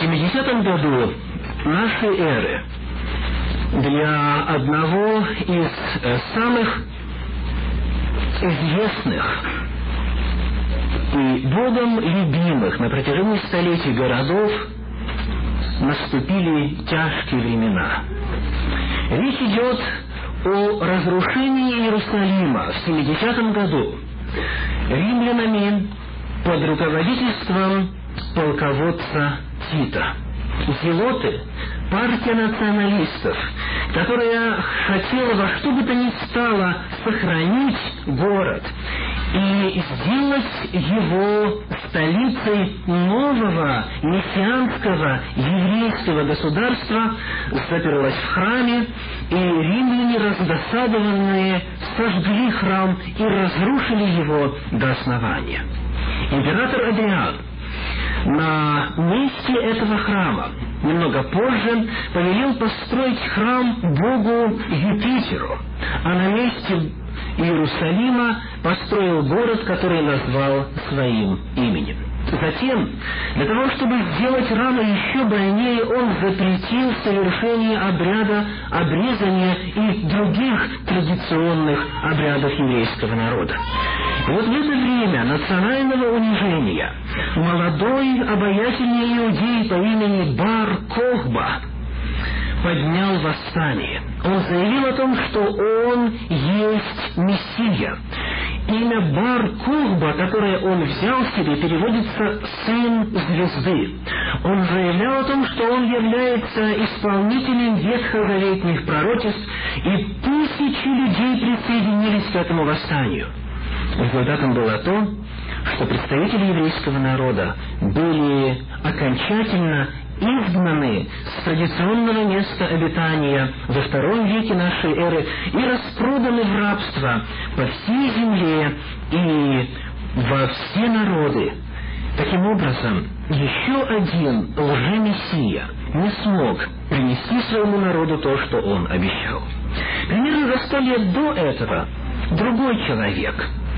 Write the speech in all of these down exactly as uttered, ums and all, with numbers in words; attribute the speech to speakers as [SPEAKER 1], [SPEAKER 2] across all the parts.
[SPEAKER 1] семидесятом году нашей эры для одного из самых известных и Богом любимых на протяжении столетий городов наступили тяжкие времена. Речь идет о разрушении Иерусалима в семидесятом году римлянами под руководительством полководца Тита. Зелоты, партия националистов, которая хотела во что бы то ни стало сохранить город и сделать его столицей нового мессианского еврейского государства, заперлась в храме, и римляне, раздосадованные, сожгли храм и разрушили его до основания. Император Адриан на месте этого храма немного позже повелел построить храм богу Юпитеру, а на месте Иерусалима построил город, который назвал своим именем. Затем, для того, чтобы сделать рану еще больнее, он запретил совершение обряда обрезания и других традиционных обрядов еврейского народа. И вот в это время национального унижения молодой обаятельный иудей по имени Бар-Кохба поднял восстание. Он заявил о том, что он есть Мессия. Имя Бар-Кохба, которое он взял себе, переводится «сын звезды». Он заявлял о том, что он является исполнителем ветхозаветных пророчеств, и тысячи людей присоединились к этому восстанию. Результатом было то, что представители еврейского народа были окончательно изгнаны с традиционного места обитания во втором веке нашей эры и распроданы в рабство по всей земле и во все народы. Таким образом, еще один лжемессия не смог принести своему народу то, что он обещал. Примерно за сто лет до этого другой человек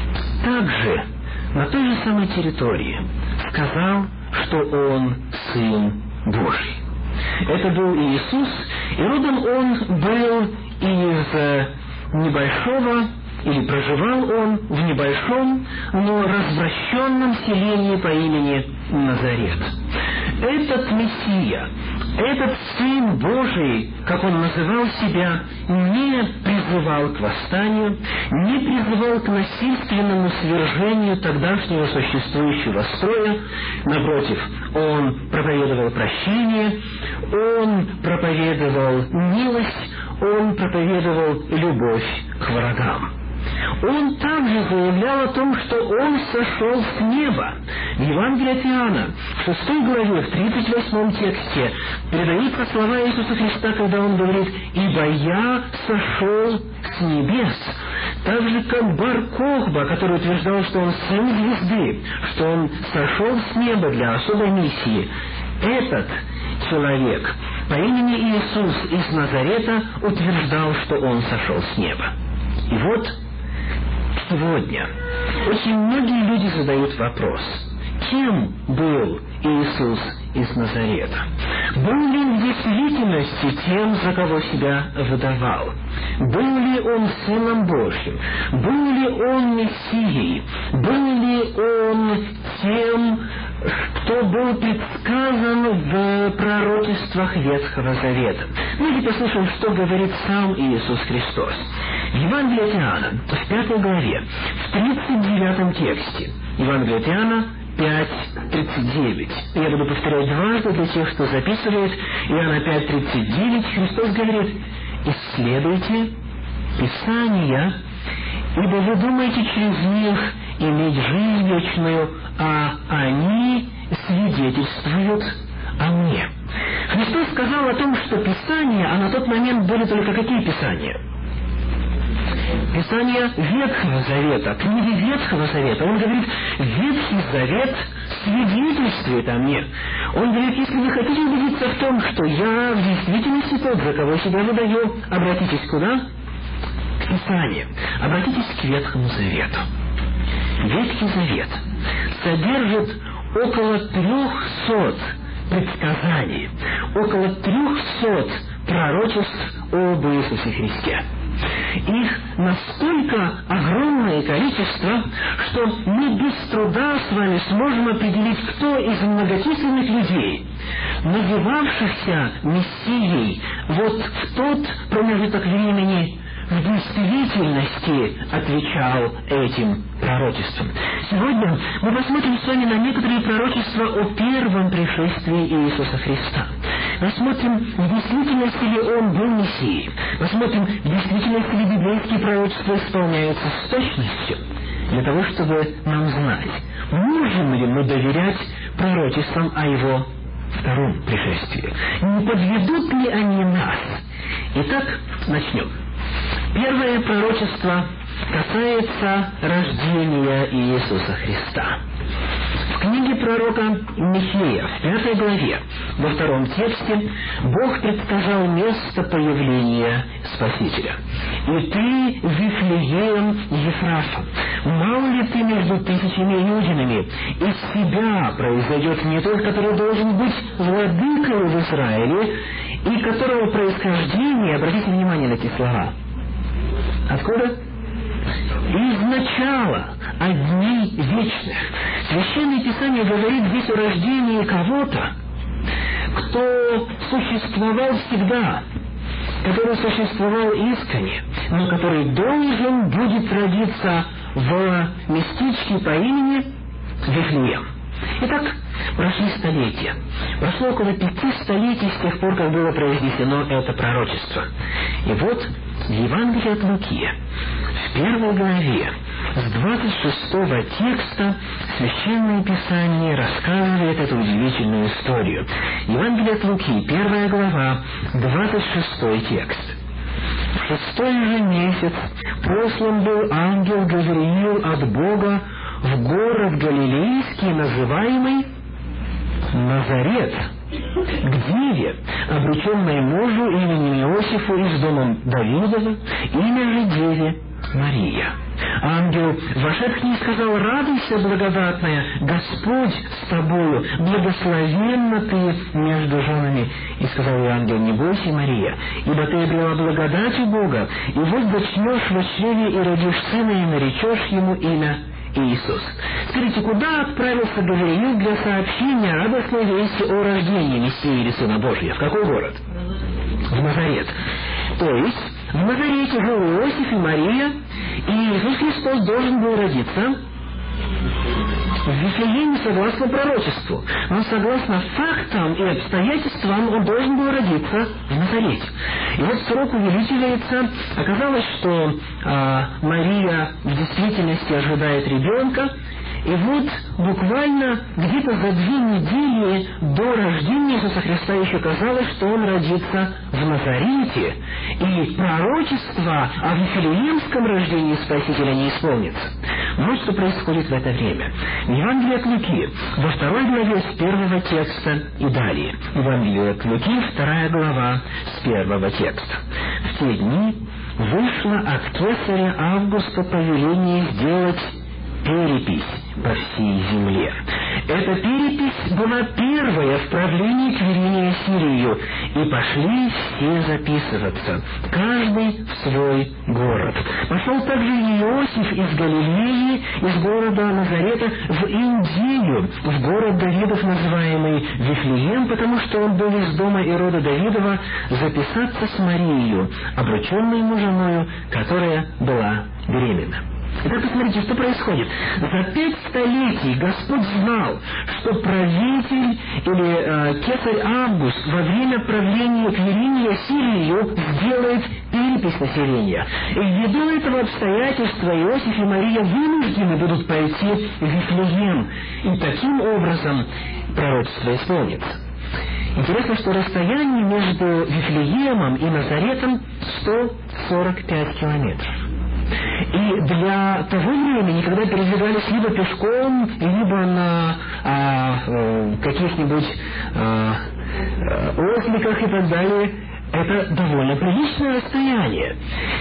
[SPEAKER 1] также на той же самой территории сказал, что он Сын Божий. Это был Иисус, и родом он был из небольшого, или проживал он в небольшом, но развращенном селении по имени Назарет. Этот Мессия, этот Сын Божий, как он называл себя, не призывал к восстанию, не призывал к насильственному свержению тогдашнего существующего строя. Напротив, он проповедовал прощение, он проповедовал милость, он проповедовал любовь к врагам. Он также заявлял о том, что он сошел с неба. В Евангелии от Иоанна, в шестой главе, в тридцать восьмом тексте, передаются слова Иисуса Христа, когда он говорит: «Ибо я сошел с небес». Так же, как Бар-Кохба, который утверждал, что он сын звезды, что он сошел с неба для особой миссии, этот человек по имени Иисус из Назарета утверждал, что он сошел с неба. И вот сегодня очень многие люди задают вопрос: кем был Иисус из Назарета? Был ли он в действительности тем, за кого себя выдавал? Был ли он Сыном Божьим? Был ли он Мессией? Был ли он тем, кто был предсказан в пророчествах Ветхого Завета? Давайте послушаем, что говорит сам Иисус Христос. В Евангелии от Иоанна, в пятой главе, в тридцать девятом тексте, Евангелие от Иоанна пять тридцать девять. Я буду повторять дважды для тех, кто записывает. Иоанна пять тридцать девять. Христос говорит: «Исследуйте Писания, ибо вы думаете через них иметь жизнь вечную, а они свидетельствуют о мне». Христос сказал о том, что Писания, а на тот момент были только какие Писания? Писания Ветхого Завета, книги Ветхого Завета. Он говорит: Ветхий Завет свидетельствует о мне. Он говорит: если вы хотите убедиться в том, что я в действительности тот, за кого себя выдаю, обратитесь куда? К Писанию. Обратитесь к Ветхому Завету. Ветхий Завет содержит около трехсот предсказаний, около трехсот пророчеств об Иисусе Христе. Их настолько огромное количество, что мы без труда с вами сможем определить, кто из многочисленных людей, называвшихся Мессией, вот в тот промежуток времени в действительности отвечал этим пророчествам. Сегодня мы посмотрим с вами на некоторые пророчества о первом пришествии Иисуса Христа. Посмотрим, в действительности ли Он был Мессией. Посмотрим, в действительности ли библейские пророчества исполняются с точностью, для того, чтобы нам знать, можем ли мы доверять пророчествам о Его втором пришествии. Не подведут ли они нас? Итак, начнем. Первое пророчество касается рождения Иисуса Христа. В книге пророка Михея, в пятой главе, во втором тексте, Бог предсказал место появления Спасителя. «И ты, Вифлеем Ефрафа, мал ли ты между тысячами иудинами? Из тебя произойдет не тот, который должен быть владыкой в Израиле, и которого происхождение, обратите внимание на эти слова, откуда? Из начала, от дней вечных». Священное Писание говорит здесь о рождении кого-то, кто существовал всегда, который существовал искренне, но который должен будет родиться в местечке по имени Вифлеем. Итак, прошли столетия. Прошло около пяти столетий с тех пор, как было произнесено это пророчество. И вот в Евангелии от Луки, в первой главе, с двадцать шестого текста, Священное Писание рассказывает эту удивительную историю. Евангелие от Луки, первая глава, двадцать шестой текст. «В шестой же месяц послан был ангел Гавриил от Бога в город Галилейский, называемый Назарет, к деве, обрученной мужу именем Иосифу из дома Давидова, имя же деве Мария. Ангел, вошед к ней, сказал: радуйся, благодатная, Господь с тобою, благословенна ты между женами. И сказал ей ангел: не бойся, Мария, ибо ты обрела благодать у Бога, и вот зачнешь во чреве и родишь сына, и наречешь ему имя Иисус». Скажите, куда отправился Гавриил для сообщения радостной вести о рождении Мессии или Сына Божия? В какой город? В Назарет. То есть в Назарете жил Иосиф и Мария, и Иисус Христос должен был родиться в Вифлееме согласно пророчеству. Но согласно фактам и обстоятельствам он должен был родиться в Назарете. И вот срок увеличивается. Оказалось, что а, Мария в действительности ожидает ребенка. И вот буквально где-то за две недели до рождения Иисуса Христа еще казалось, что Он родится в Назарете, и пророчество о Вифлеемском рождении Спасителя не исполнится. Вот что происходит в это время. В Евангелии от Луки, во второй главе с первого текста и далее. Евангелие от Луки, вторая глава с первого текста. «В те дни вышло от кесаря Августа повеление сделать перепись по всей земле. Эта перепись была первая в правлении Квиринии Сирию, и пошли все записываться, каждый в свой город. Пошел также Иосиф из Галилеи, из города Назарета, в Иудею, в город Давидов, называемый Вифлеем, потому что он был из дома Ирода Давидова, записаться с Марией, обрученной ему женою, которая была беременна». Итак, посмотрите, что происходит. За пять столетий Господь знал, что правитель или э, кесарь Август во время правления Квириния Сирию сделает перепись населения. И ввиду этого обстоятельства Иосиф и Мария вынуждены будут пойти в Вифлеем. И таким образом пророчество исполнится. Интересно, что расстояние между Вифлеемом и Назаретом сто сорок пять километров. И для того времени, когда передвигались либо пешком, либо на а, а, каких-нибудь а, а, осликах и так далее, это довольно приличное расстояние.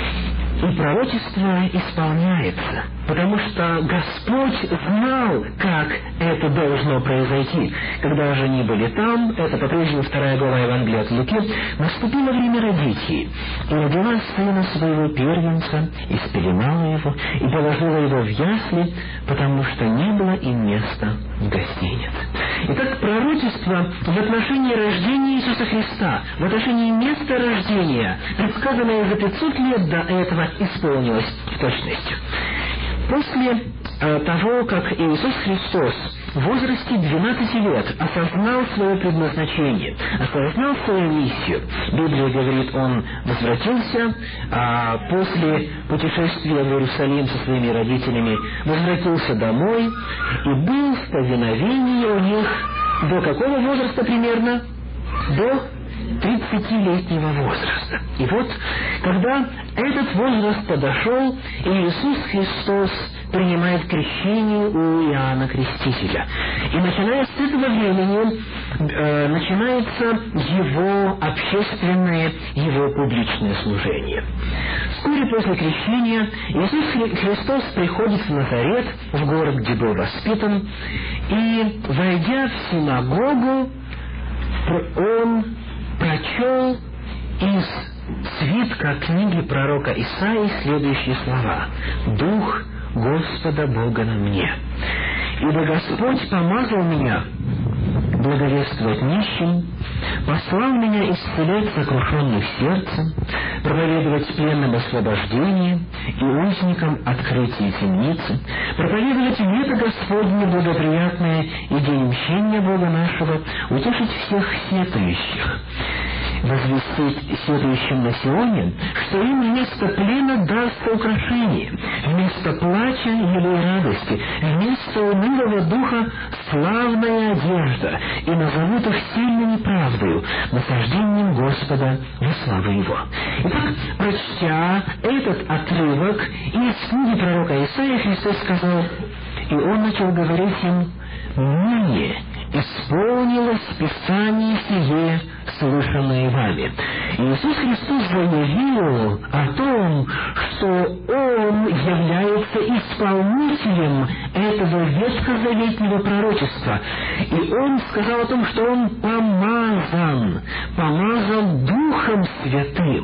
[SPEAKER 1] И пророчество исполняется, потому что Господь знал, как это должно должно произойти. Когда же они были там, это по-прежнему вторая глава Евангелия от Луки, наступило время родить ей. И родила сына своего первенца, и спеленала его, и положила его в ясли, потому что не было им места в гостинице. Итак, пророчество в отношении рождения Иисуса Христа, в отношении места рождения, предсказанное за пятьсот лет до этого, исполнилось в точности. После э, того, как Иисус Христос в возрасте двенадцати лет осознал свое предназначение, осознал свою миссию, Библия говорит, он возвратился, а после путешествия в Иерусалим со своими родителями возвратился домой и был в повиновении у них до какого возраста примерно? До тридцатилетнего возраста. И вот, когда этот возраст подошел, Иисус Христос принимает крещение у Иоанна Крестителя. И начиная с этого времени э, начинается его общественное, его публичное служение. Вскоре после крещения Иисус Христос приходит в Назарет, в город, где был воспитан, и, войдя в синагогу, он прочел из свитка книги пророка Исаии следующие слова: «Дух Господа Бога на мне, ибо Господь помазал меня благовествовать нищим, послал меня исцелять сокрушенных сердцем, проповедовать пленным освобождение и узникам открытие темницы, проповедовать лето Господне благоприятное и день мщения Бога нашего, утешить всех сетующих, возвестить сетующим на Сионе, что им вместо плена дастся украшение, вместо плача елей радости, вместо унылого духа славная одежда, и назовут их сильной неправдою, насаждением Господа во славу Его». Итак, прочтя этот отрывок из книги пророка Исаии, Христос сказал, и Он начал говорить им: «Ныне исполнилось Писание сие, слышанное вами». Иисус Христос заявил о том, что Он является исполнителем этого ветхозаветнего пророчества. И Он сказал о том, что Он помазан, помазан Духом Святым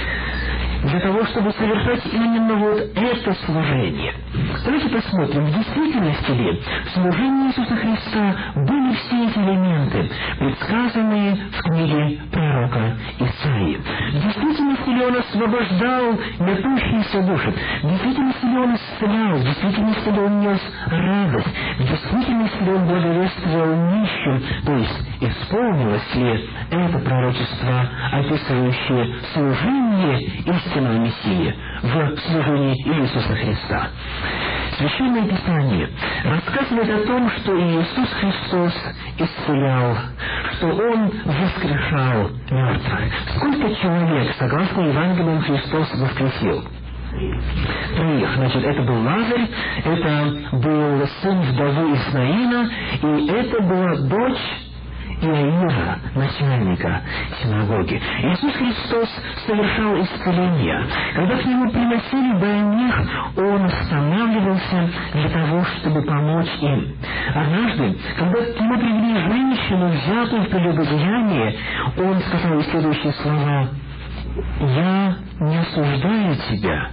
[SPEAKER 1] для того, чтобы совершать именно вот это служение. Давайте посмотрим, в действительности ли в служении Иисуса Христа были все эти элементы, предсказанные в книге пророка Исаии. В действительности ли Он освобождал метущиеся души? В действительности ли Он исцелял? В действительности ли Он нес радость? В действительности ли Он благовествовал нищим? То есть, исполнилось ли это пророчество, описывающее служение истинного Мессии в служении Иисуса Христа? Священное Писание рассказывает о том, что Иисус Христос исцелял, что Он воскрешал мертвых. Сколько человек, согласно Евангелию, Христос воскресил? Троих. Значит, это был Лазарь, это был сын вдовы из Наина, и это была дочь Иаира, начальника синагоги. Иисус Христос совершал исцеление. Когда к Нему приносили больных, Он останавливался для того, чтобы помочь им. Однажды, когда к Нему привели женщину, взятую в прелюбодеяние, Он сказал следующие слова: «Я не осуждаю тебя,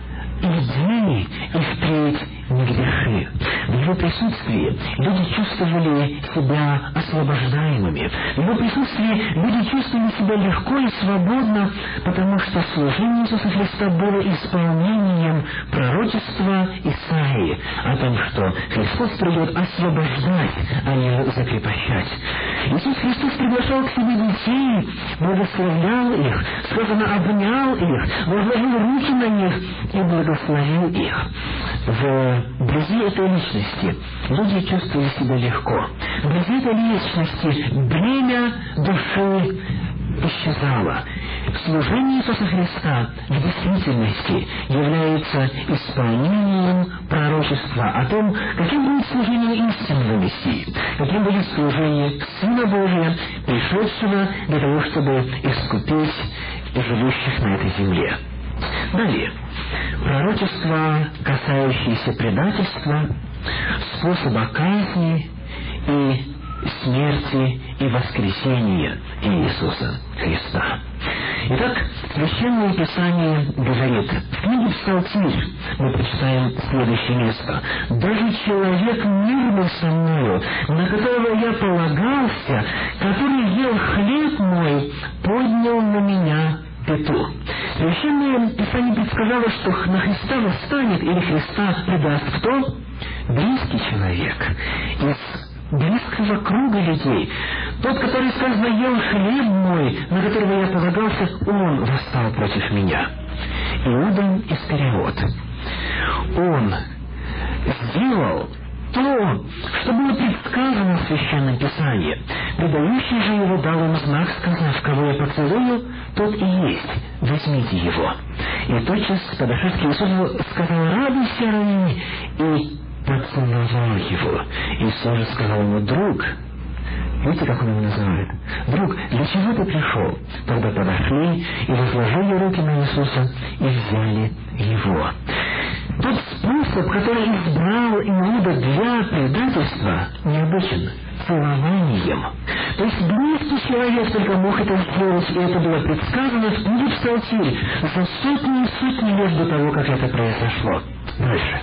[SPEAKER 1] иди и впредь не греши». В Его присутствии люди чувствовали себя освобождаемыми. В Его присутствии люди чувствовали себя легко и свободно, потому что служение Иисуса Христа было исполнением пророчества Исаии о том, что Христос придет освобождать, а не закрепощать. Иисус Христос приглашал к себе детей, благословлял их, сказано, обнял их, возложил руки на них и благословил их. Вблизи этой личности люди чувствовали себя легко. Вблизи этой личности бремя души исчезало. Служение Иисуса Христа в действительности является исполнением пророчества о том, каким будет служение истинного Мессии, каким будет служение Сына Божия, пришедшего для того, чтобы искупить живущих на этой земле. Далее. Пророчества, касающиеся предательства, способа казни и смерти и воскресения Иисуса Христа. Итак, Священное Писание говорит, в книге Псалтирь мы прочитаем следующее место. «Даже человек мирный со мною, на которого я полагался, который ел хлеб мой, поднял на меня пету». Священное Писание предсказало, что на Христа восстанет или Христа предаст кто? Близкий человек из близкого круга людей. Тот, который сказано, ел хлеб мой, на которого я полагался, он восстал против меня. Иуда Искариот. Он сделал то, что было предсказано в Священном Писании. Предающий же его дал ему знак, сказав, кого я поцелую, тот и есть, возьмите его. И тотчас, подошед к Иисусу, сказал, радуйся, равни, и поцеловал его. Иисус же сказал ему, друг, видите, как он его называет? Друг, для чего ты пришел? Тогда подошли и возложили руки на Иисуса и взяли его. Тот способ, который избрал Иуда для предательства, необычен. Целованием. То есть близкий человек только мог это сделать, и это было предсказано в книге Псалтирь за сотни и сотни лет до того, как это произошло. Дальше.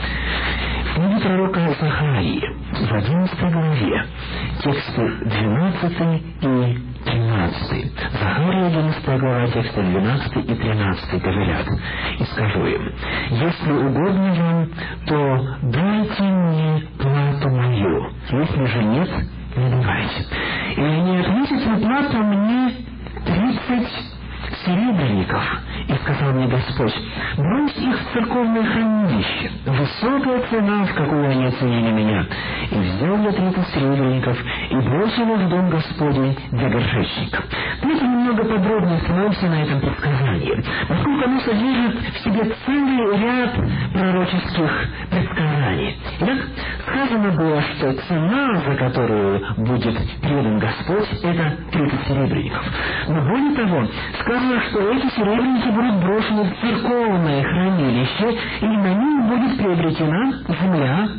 [SPEAKER 1] В книге пророка Захарии, в одиннадцатой главе, тексты двенадцатый и тринадцатый. Захария, одиннадцатая глава, тексты двенадцатый и тринадцатый говорят, и скажу им, если угодно вам, то дайте мне плату мою, если же нет, не давайте. И они ответят плату мне тридцать серебряников. И сказал мне Господь, брось их в церковное хранилище, высокая цена, в какую они оценили меня. И взял я тридцать серебряников и бросил их в дом Господень для горшечников. Давайте немного подробнее остановимся на этом предсказании, поскольку оно содержит в себе целый ряд пророческих предсказаний. Итак, сказано было, что цена, за которую будет предан Господь, это тридцать серебряников. Но более того, сказано, что эти серебряники будут брошены в церковное хранилище, и на них будет приобретена земля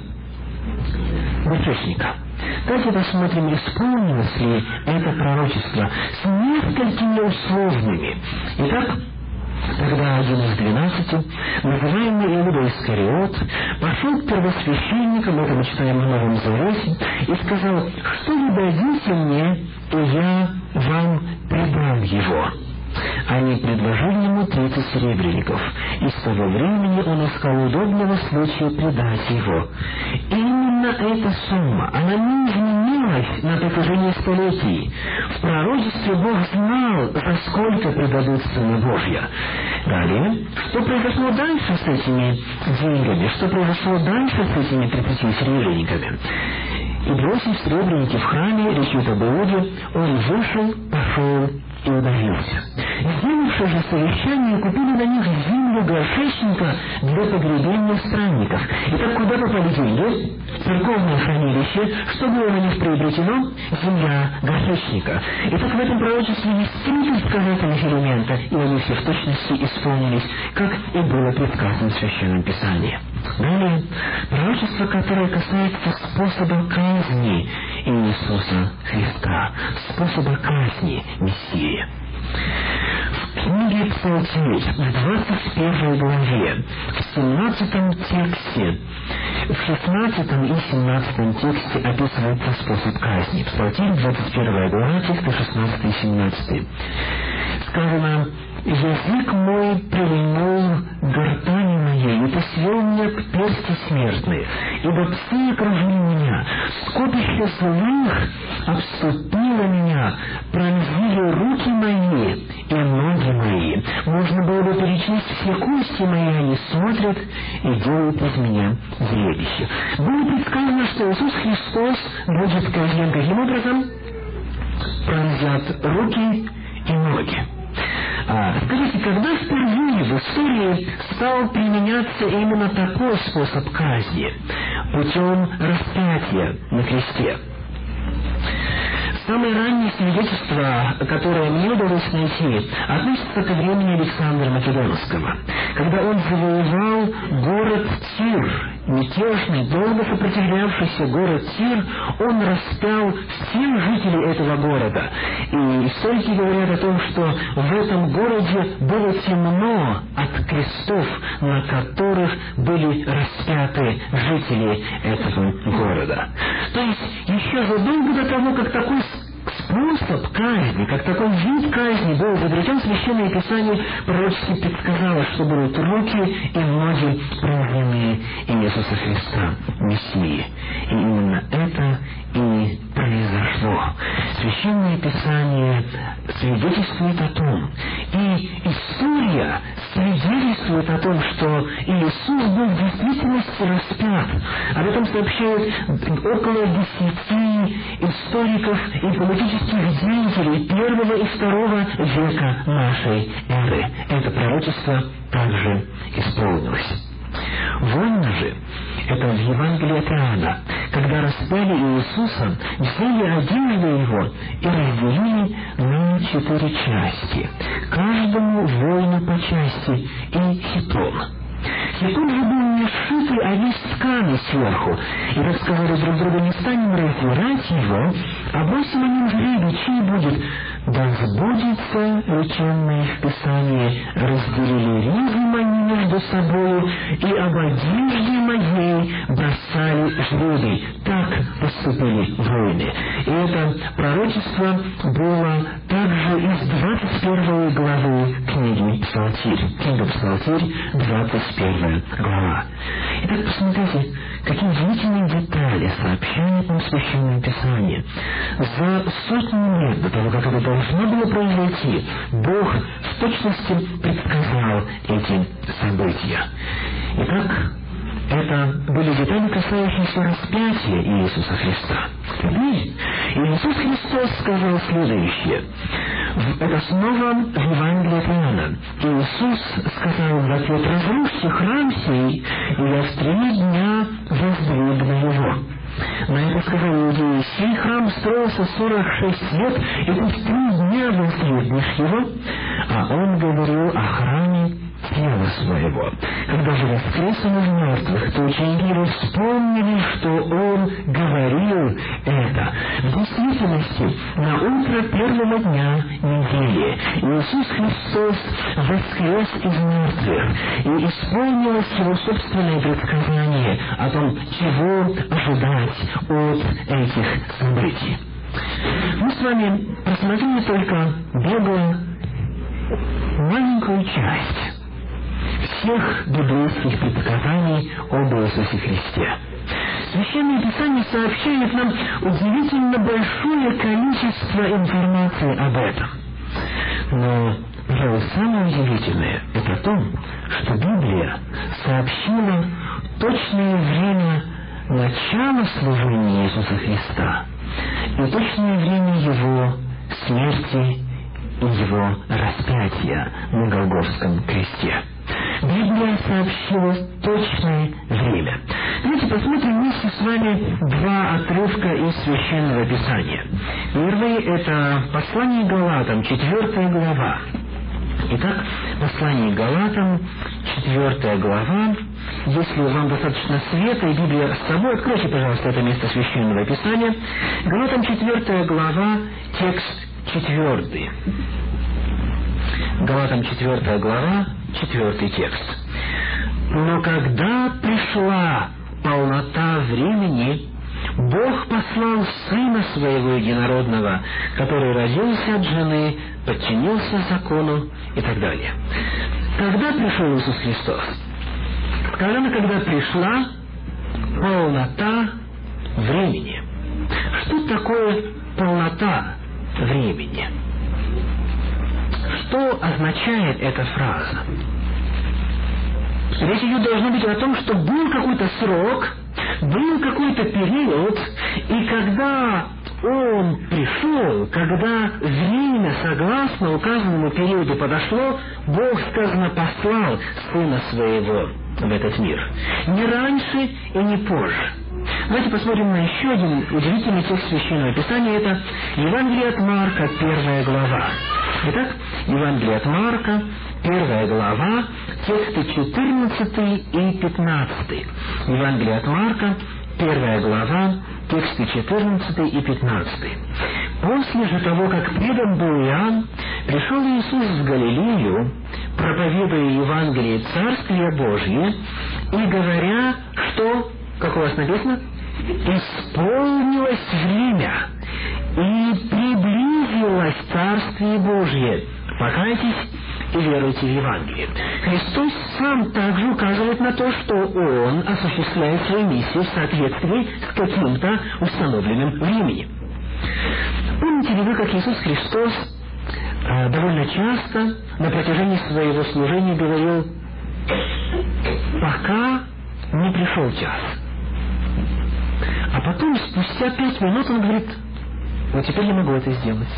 [SPEAKER 1] горшечника. Давайте посмотрим, исполнилось ли это пророчество с несколькими условными. Итак, тогда один из двенадцати, называемый Иуда Искариот, пошел к первосвященникам, это мы читаем в Новом Завете, и сказал, что вы дадите мне, и я вам предам его. Они предложили ему тридцать серебряников, и с того времени он искал удобного случая предать его. И именно эта сумма, она не изменилась на протяжении столетий. В пророчестве Бог знал, за сколько предадут Сына Божья. Далее, что произошло дальше с этими деньгами, что произошло дальше с этими тридцатью серебряниками? И бросив серебряники в храме, речь идет об Иуде, он вышел, пошел и удалился. Сделавши же совещание, купили на них землю горшечника для погребения странников. Итак, куда попали деньги? В церковное хранилище. Что было на них приобретено? Земля горшечника. Итак, в этом пророчестве есть три предсказательных элемента, и они все в точности исполнились, как и было предсказано в Священном Писании. Далее, пророчество, которое касается способа казни Иисуса Христа, способа казни Мессии. В книге Псалтирь, в двадцать первой главе, в семнадцатом тексте, в шестнадцатом и семнадцатом тексте описывается способ казни. Псалтирь, двадцать первая глава, тексты шестнадцатый и семнадцатый. Сказано, «Язык мой прильнул к гортани моей, и посвел меня к персти смертной, ибо псы окружили меня, скопище злых обступило меня, пронзили руки мои и ноги мои. Можно было бы перечесть все кости мои, они смотрят и делают из меня зрелище». Было предсказано, что Иисус Христос будет казнен каким образом? Пронзят руки и ноги. А, скажите, когда впервые в истории стал применяться именно такой способ казни, путем распятия на кресте? Самое раннее свидетельство, которое мне удалось найти, относится ко времени Александра Македонского, когда он завоевал город Тир, мятежный, долго сопротивлявшийся город Тир, он распял всех жителей этого города. И историки говорят о том, что в этом городе было темно от крестов, на которых были распяты жители этого города. То есть еще задолго до того, как такой способ казни, как такой вид казни был изобретен, Священное Писание пророчески предсказало, что будут руки и ноги пронзены Иисуса Христа, Мессии. И именно это и произошло. Священное Писание свидетельствует о том, и история свидетельствует о том, что Иисус был в действительности распят. Об этом сообщают около десяти историков и политических деятелей первого и второго века нашей эры. Это пророчество также исполнилось. Война же, это в Евангелии от Иоанна, когда распяли Иисуса, взяли одежду его и разделили на четыре части, каждому воину по части и хитон. Хитон же был не сшитый, а весь ткани сверху. И так сказали друг другу: не станем раздирать его, а бросим о нем жребий, чей будет. Да сбудется реченное в Писании: разделили ризм они между собою, и об одежде моей бросали жребий. Так поступили воины. И это пророчество было также из двадцать первой главы книги Псалтирь. Книга Псалтирь, двадцать первая глава. Итак, посмотрите, какие удивительные детали сообщает нам Священное Писание. За сотни лет до того, как это должно было произойти, Бог в точности предсказал эти события. Итак, это были детали, касающиеся распятия Иисуса Христа. Теперь Иисус Христос сказал следующее. Это снова в Евангелии от Иоанна. Иисус сказал в ответ: разрушьте храм сей, и я в три дня воздвигну его. На это сказал иудеи: сей храм строился сорок шесть лет, и ты в три дня воздвигнешь его. А он говорил о храме тела своего. Когда же воскрес он из мертвых, то ученики его вспомнили, что он говорил это. В действительности, на утро первого дня недели Иисус Христос воскрес из мертвых, и исполнилось его собственное предсказание о том, чего ожидать от этих событий. Мы с вами посмотрели только бегло маленькую часть всех библейских предсказаний об Иисусе Христе. Священное Писание сообщает нам удивительно большое количество информации об этом. Но, пожалуй, самое удивительное — это то, что Библия сообщила точное время начала служения Иисуса Христа и точное время Его смерти и Его распятия на Голгофском кресте. Библия сообщила точное время. Давайте посмотрим вместе с вами два отрывка из Священного Писания. Первый — это послание Галатам, четвертая глава. Итак, послание Галатам, четвертая глава. Если вам достаточно света и Библия с собой, откройте, пожалуйста, это место Священного Писания. Галатам, четвертая глава, текст четвертый. Галатам, четвертая глава, четвертый текст. «Но когда пришла полнота времени, Бог послал Сына Своего Единородного, который родился от жены, подчинился закону» и так далее. Когда пришел Иисус Христос? Сказано, когда пришла полнота времени. Что такое полнота времени? Что означает эта фраза? Речь идет должна быть о том, что был какой-то срок, был какой-то период, и когда он пришел, когда время, согласно указанному периоду, подошло, Бог, сказано, послал Сына Своего в этот мир. Не раньше и не позже. Давайте посмотрим на еще один удивительный текст Священного Писания. Это Евангелие от Марка, первая глава. Итак, Евангелие от Марка, первая глава, тексты четырнадцатый и пятнадцатый. Евангелие от Марка, первая глава, тексты четырнадцатый и пятнадцатый. «После же того, как предан был Иоанн, пришел Иисус в Галилею, проповедуя Евангелие Царствия Божье, и говоря, что, как у вас написано, исполнилось время, и приблизилось Царствие Божье. Покайтесь и веруйте в Евангелие». Христос сам также указывает на то, что Он осуществляет свою миссию в соответствии с каким-то установленным временем. Помните ли вы, как Иисус Христос э, довольно часто на протяжении своего служения говорил: «Пока не пришел час». А потом, спустя пять минут, Он говорит: «Вот теперь я могу это сделать».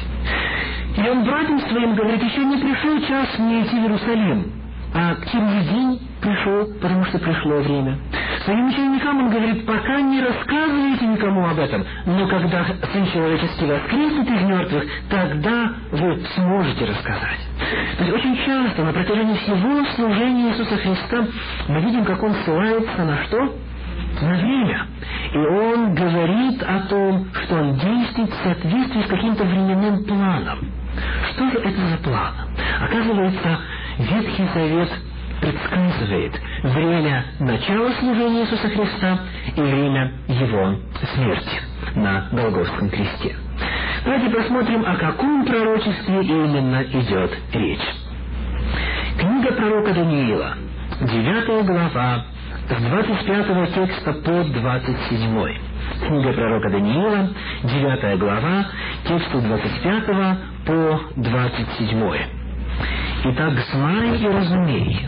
[SPEAKER 1] И Он братьям своим говорит: «Еще не пришел час мне идти в Иерусалим, а к тем же день пришел, потому что пришло время». Своим ученикам Он говорит: «Пока не рассказывайте никому об этом, но когда Сын Человеческий воскреснет из мертвых, тогда вы сможете рассказать». То есть очень часто на протяжении всего служения Иисуса Христа мы видим, как Он ссылается на что? На время. И Он говорит о том, что Он действует в соответствии с каким-то временным планом. Что же это за план? Оказывается, Ветхий Завет предсказывает время начала служения Иисуса Христа и время Его смерти на Голгофском кресте. Давайте посмотрим, о каком пророчестве именно идет речь. Книга пророка Даниила, девятая глава, с двадцать пятого текста по двадцать седьмой. Книга пророка Даниила, девятая глава, тексты двадцать пятого по двадцать седьмой. «Итак, знай и разумей,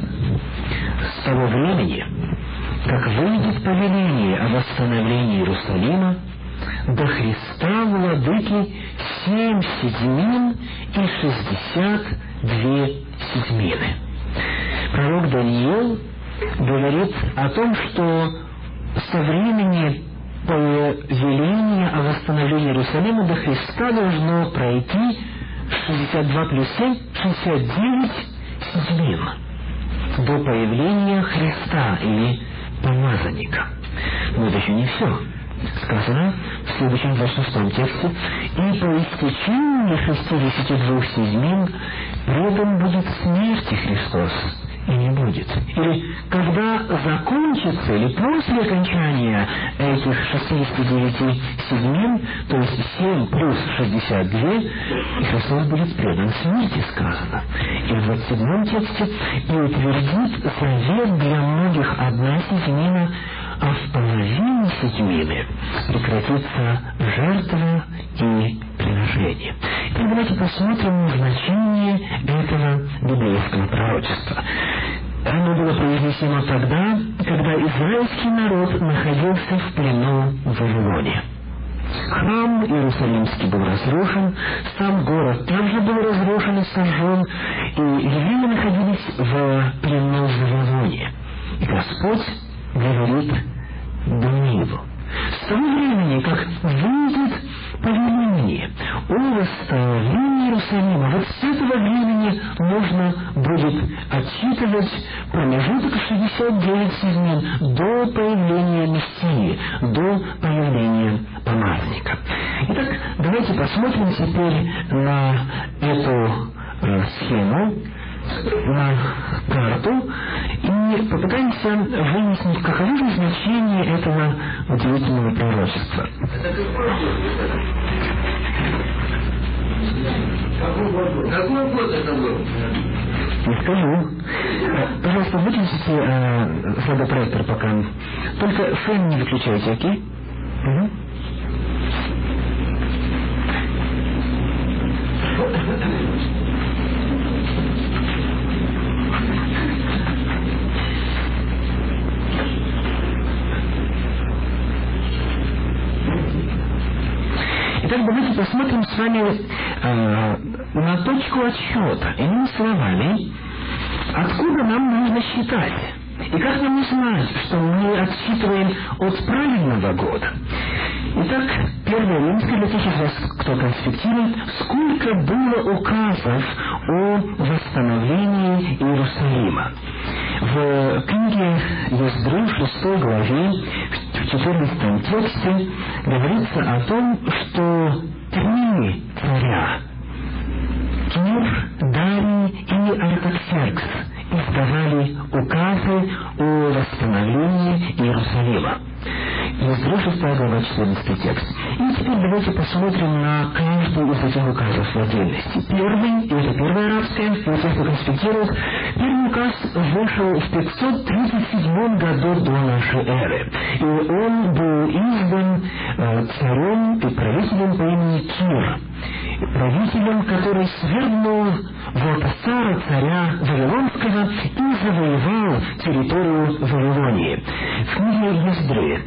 [SPEAKER 1] с того времени, как выйдет повеление о восстановлении Иерусалима, до Христа владыки семь седьмин и шестьдесят две седьмины». Пророк Даниил говорит о том, что со времени повеления о восстановлении Иерусалима до Христа должно пройти шестьдесят два плюс семь, шестьдесят девять седьмин до появления Христа или помазанника. Но это еще не все. Сказано в следующем двадцать шестом тексте: «И по истечении шестидесяти двух седьмин предан будет смерти Христос, и не будет». Или когда закончится, или после окончания этих шестидесяти девяти седьмин, то есть семь плюс шестьдесят два, и Христос будет предан смерти, сказано. И в двадцать седьмом тексте: «И утвердит завет для многих одна седьмина, а в половине седьмины прекратится жертва и приношение». И давайте посмотрим на значение этого библейского пророчества. Оно было произнесено тогда, когда израильский народ находился в плену в Вавилоне. Храм Иерусалимский был разрушен, сам город также был разрушен и сожжен, и евреи находились в плену в Вавилоне. И Господь говорит Даниилу: с того времени, как выйдет повеление о восстановлении Иерусалима, вот с этого времени можно будет отсчитывать промежуток шестьдесят девять седьмин до появления Мессии, до появления помазанника. Итак, давайте посмотрим теперь на эту э, схему, на карту, и попытаемся выяснить, каково же значение этого удивительного пророчества.
[SPEAKER 2] Какой год это был?
[SPEAKER 1] Не скажу. Пожалуйста, выключите э, слабопроектор пока. Только фэн не выключайте, окей? Угу. Итак, давайте посмотрим с вами э, на точку отсчета. Иными словами, откуда нам нужно считать? И как нам узнать, что мы отсчитываем от правильного года? Итак, первое римское, для тех из вас, кто конспектирует, сколько было указов о восстановлении Иерусалима. В книге Ездры, в шестой главе, в четырнадцатом тексте, говорится о том, что три царя, Кир, Дарий и Артаксеркс, издавали указы о восстановлении Иерусалима. Ездры, шестая глава, четырнадцатый текст. И теперь давайте посмотрим на каждый из этих указов в отдельности. Первый, и это первая арабская, для тех, кто конспектирует, первый указ вышел в пятьсот тридцать седьмом году до нашей эры. И он был издан э, царем и правителем по имени Кир. Правителем, который свергнул Валтасара, царя Вавилонского, и завоевал территорию Вавилонии. В книге Ездры,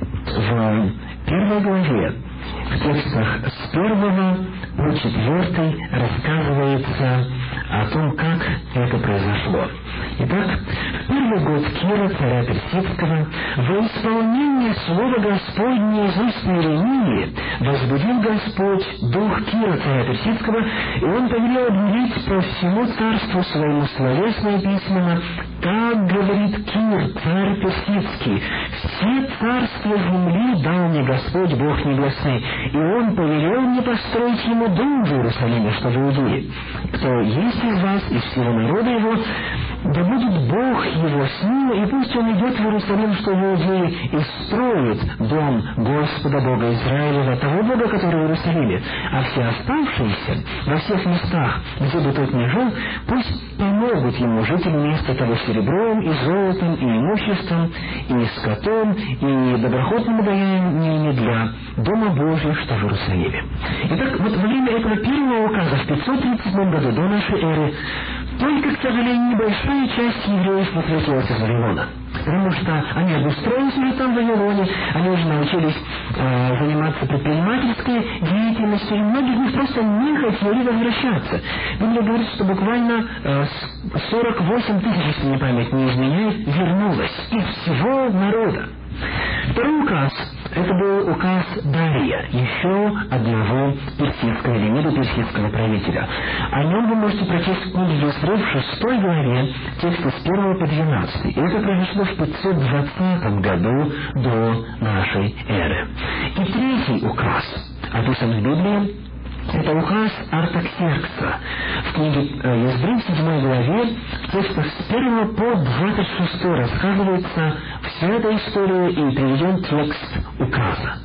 [SPEAKER 1] в первой главе, в текстах с первого по четвертый рассказывается о том, как это произошло. Итак, в первый год Кира, царя Персидского, во исполнение слова Господня из уст Иеремии возбудил Господь дух Кира, царя Персидского, и он повелел объявить по всему царству своему словесно и письменно: «Так говорит Кир, царь Персидский, все царства земли дал мне Господь Бог Небесный, и Он повелел мне построить Ему дом в Иерусалиме, что в Иудее. Кто есть из вас, из всего народа Его, да будет Бог Его с ним, и пусть Он идет в Иерусалим, что в Иудее, и строит дом Господа Бога Израилева, того Бога, который в Иерусалиме. А все оставшиеся во всех местах, где бы тот ни жил, пусть помогут ему жители места того серебром и золотом, и имуществом, и скотом, и доброходными даяниями для Дома Божьего, что в Иерусалиме». Итак, вот во время этого первого указа в пятьсот тридцать седьмом году до нашей эры только, к сожалению, небольшая часть евреев возвратилась из Вавилона. Потому что они обустроились уже там в Вавилоне, они уже научились э, заниматься предпринимательской деятельностью, и многие из них просто не хотели возвращаться. Библия говорит, что буквально э, сорок восемь тысяч, если мне память не изменяет, вернулось из всего народа. Второй указ — это был указ Дария, еще одного персидского или недоперсидского правителя. О нем вы можете прочесть в книге Ездры в шестой главе, тексты с первого по двенадцатый. И это произошло в пятьсот двадцатом году до нашей эры. И третий указ, описан в Библии, это указ Артаксеркса. В книге Ездры в седьмой главе, в текстах с первого по двадцать шестой рассказывается вся эта история и приведен текст указа.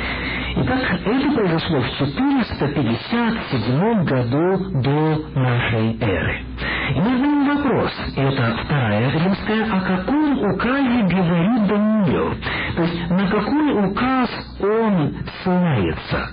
[SPEAKER 1] Итак, это произошло в четыреста пятьдесят седьмом году до нашей эры. И мы задаем вопрос, это вторая римская, о каком указе говорит Даниил? То есть, на какой указ он ссылается?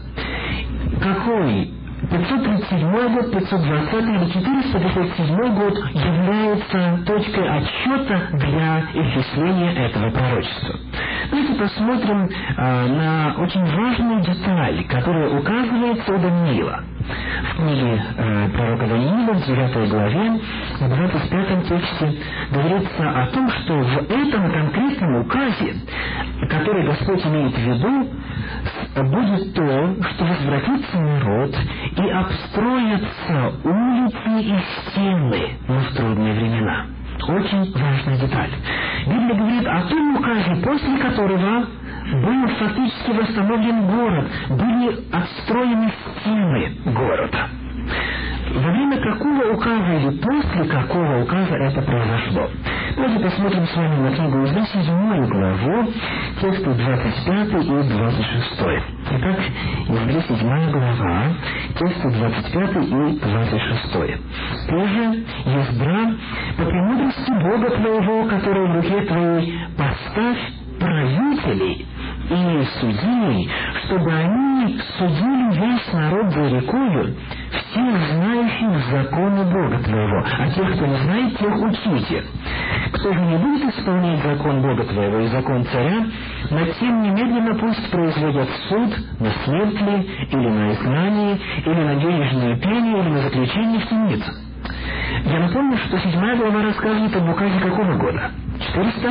[SPEAKER 1] Какой? пятьсот тридцать седьмой год, пятьсот двадцатый или четыреста пятьдесят седьмой год является точкой отсчета для исчисления этого пророчества. Давайте посмотрим а, на очень важную деталь, которая указывается у Даниила. В книге э, пророка Даниила, в девятой главе, в двадцать пятом тексте, говорится о том, что в этом конкретном указе, который Господь имеет в виду, будет то, что возвратится народ и обстроятся улицы и стены, но в трудные времена. Очень важная деталь. Библия говорит о том указе, после которого был фактически восстановлен город, были отстроены стены города. Во время какого указа или после какого указа это произошло? Давайте посмотрим с вами на книгу Ездры, седьмую главу, тексты двадцать пятый и двадцать шестой. Итак, Ездры, седьмая глава, тексты двадцать пятый и двадцать шестой. Ты же, Ездра, по премудрости Бога твоего, который в руке твоей, поставь правителей и судей, чтобы они судили весь народ за рекою, всех знающих законы Бога твоего, а тех, кто не знает, тех учите. Кто же не будет исполнять закон Бога твоего и закон царя, над тем немедленно пусть производят суд на смерть ли, или на изгнание, или на денежное пение, или на заключение в темницу. Я напомню, что седьмая глава рассказывает об указе какого года? четыреста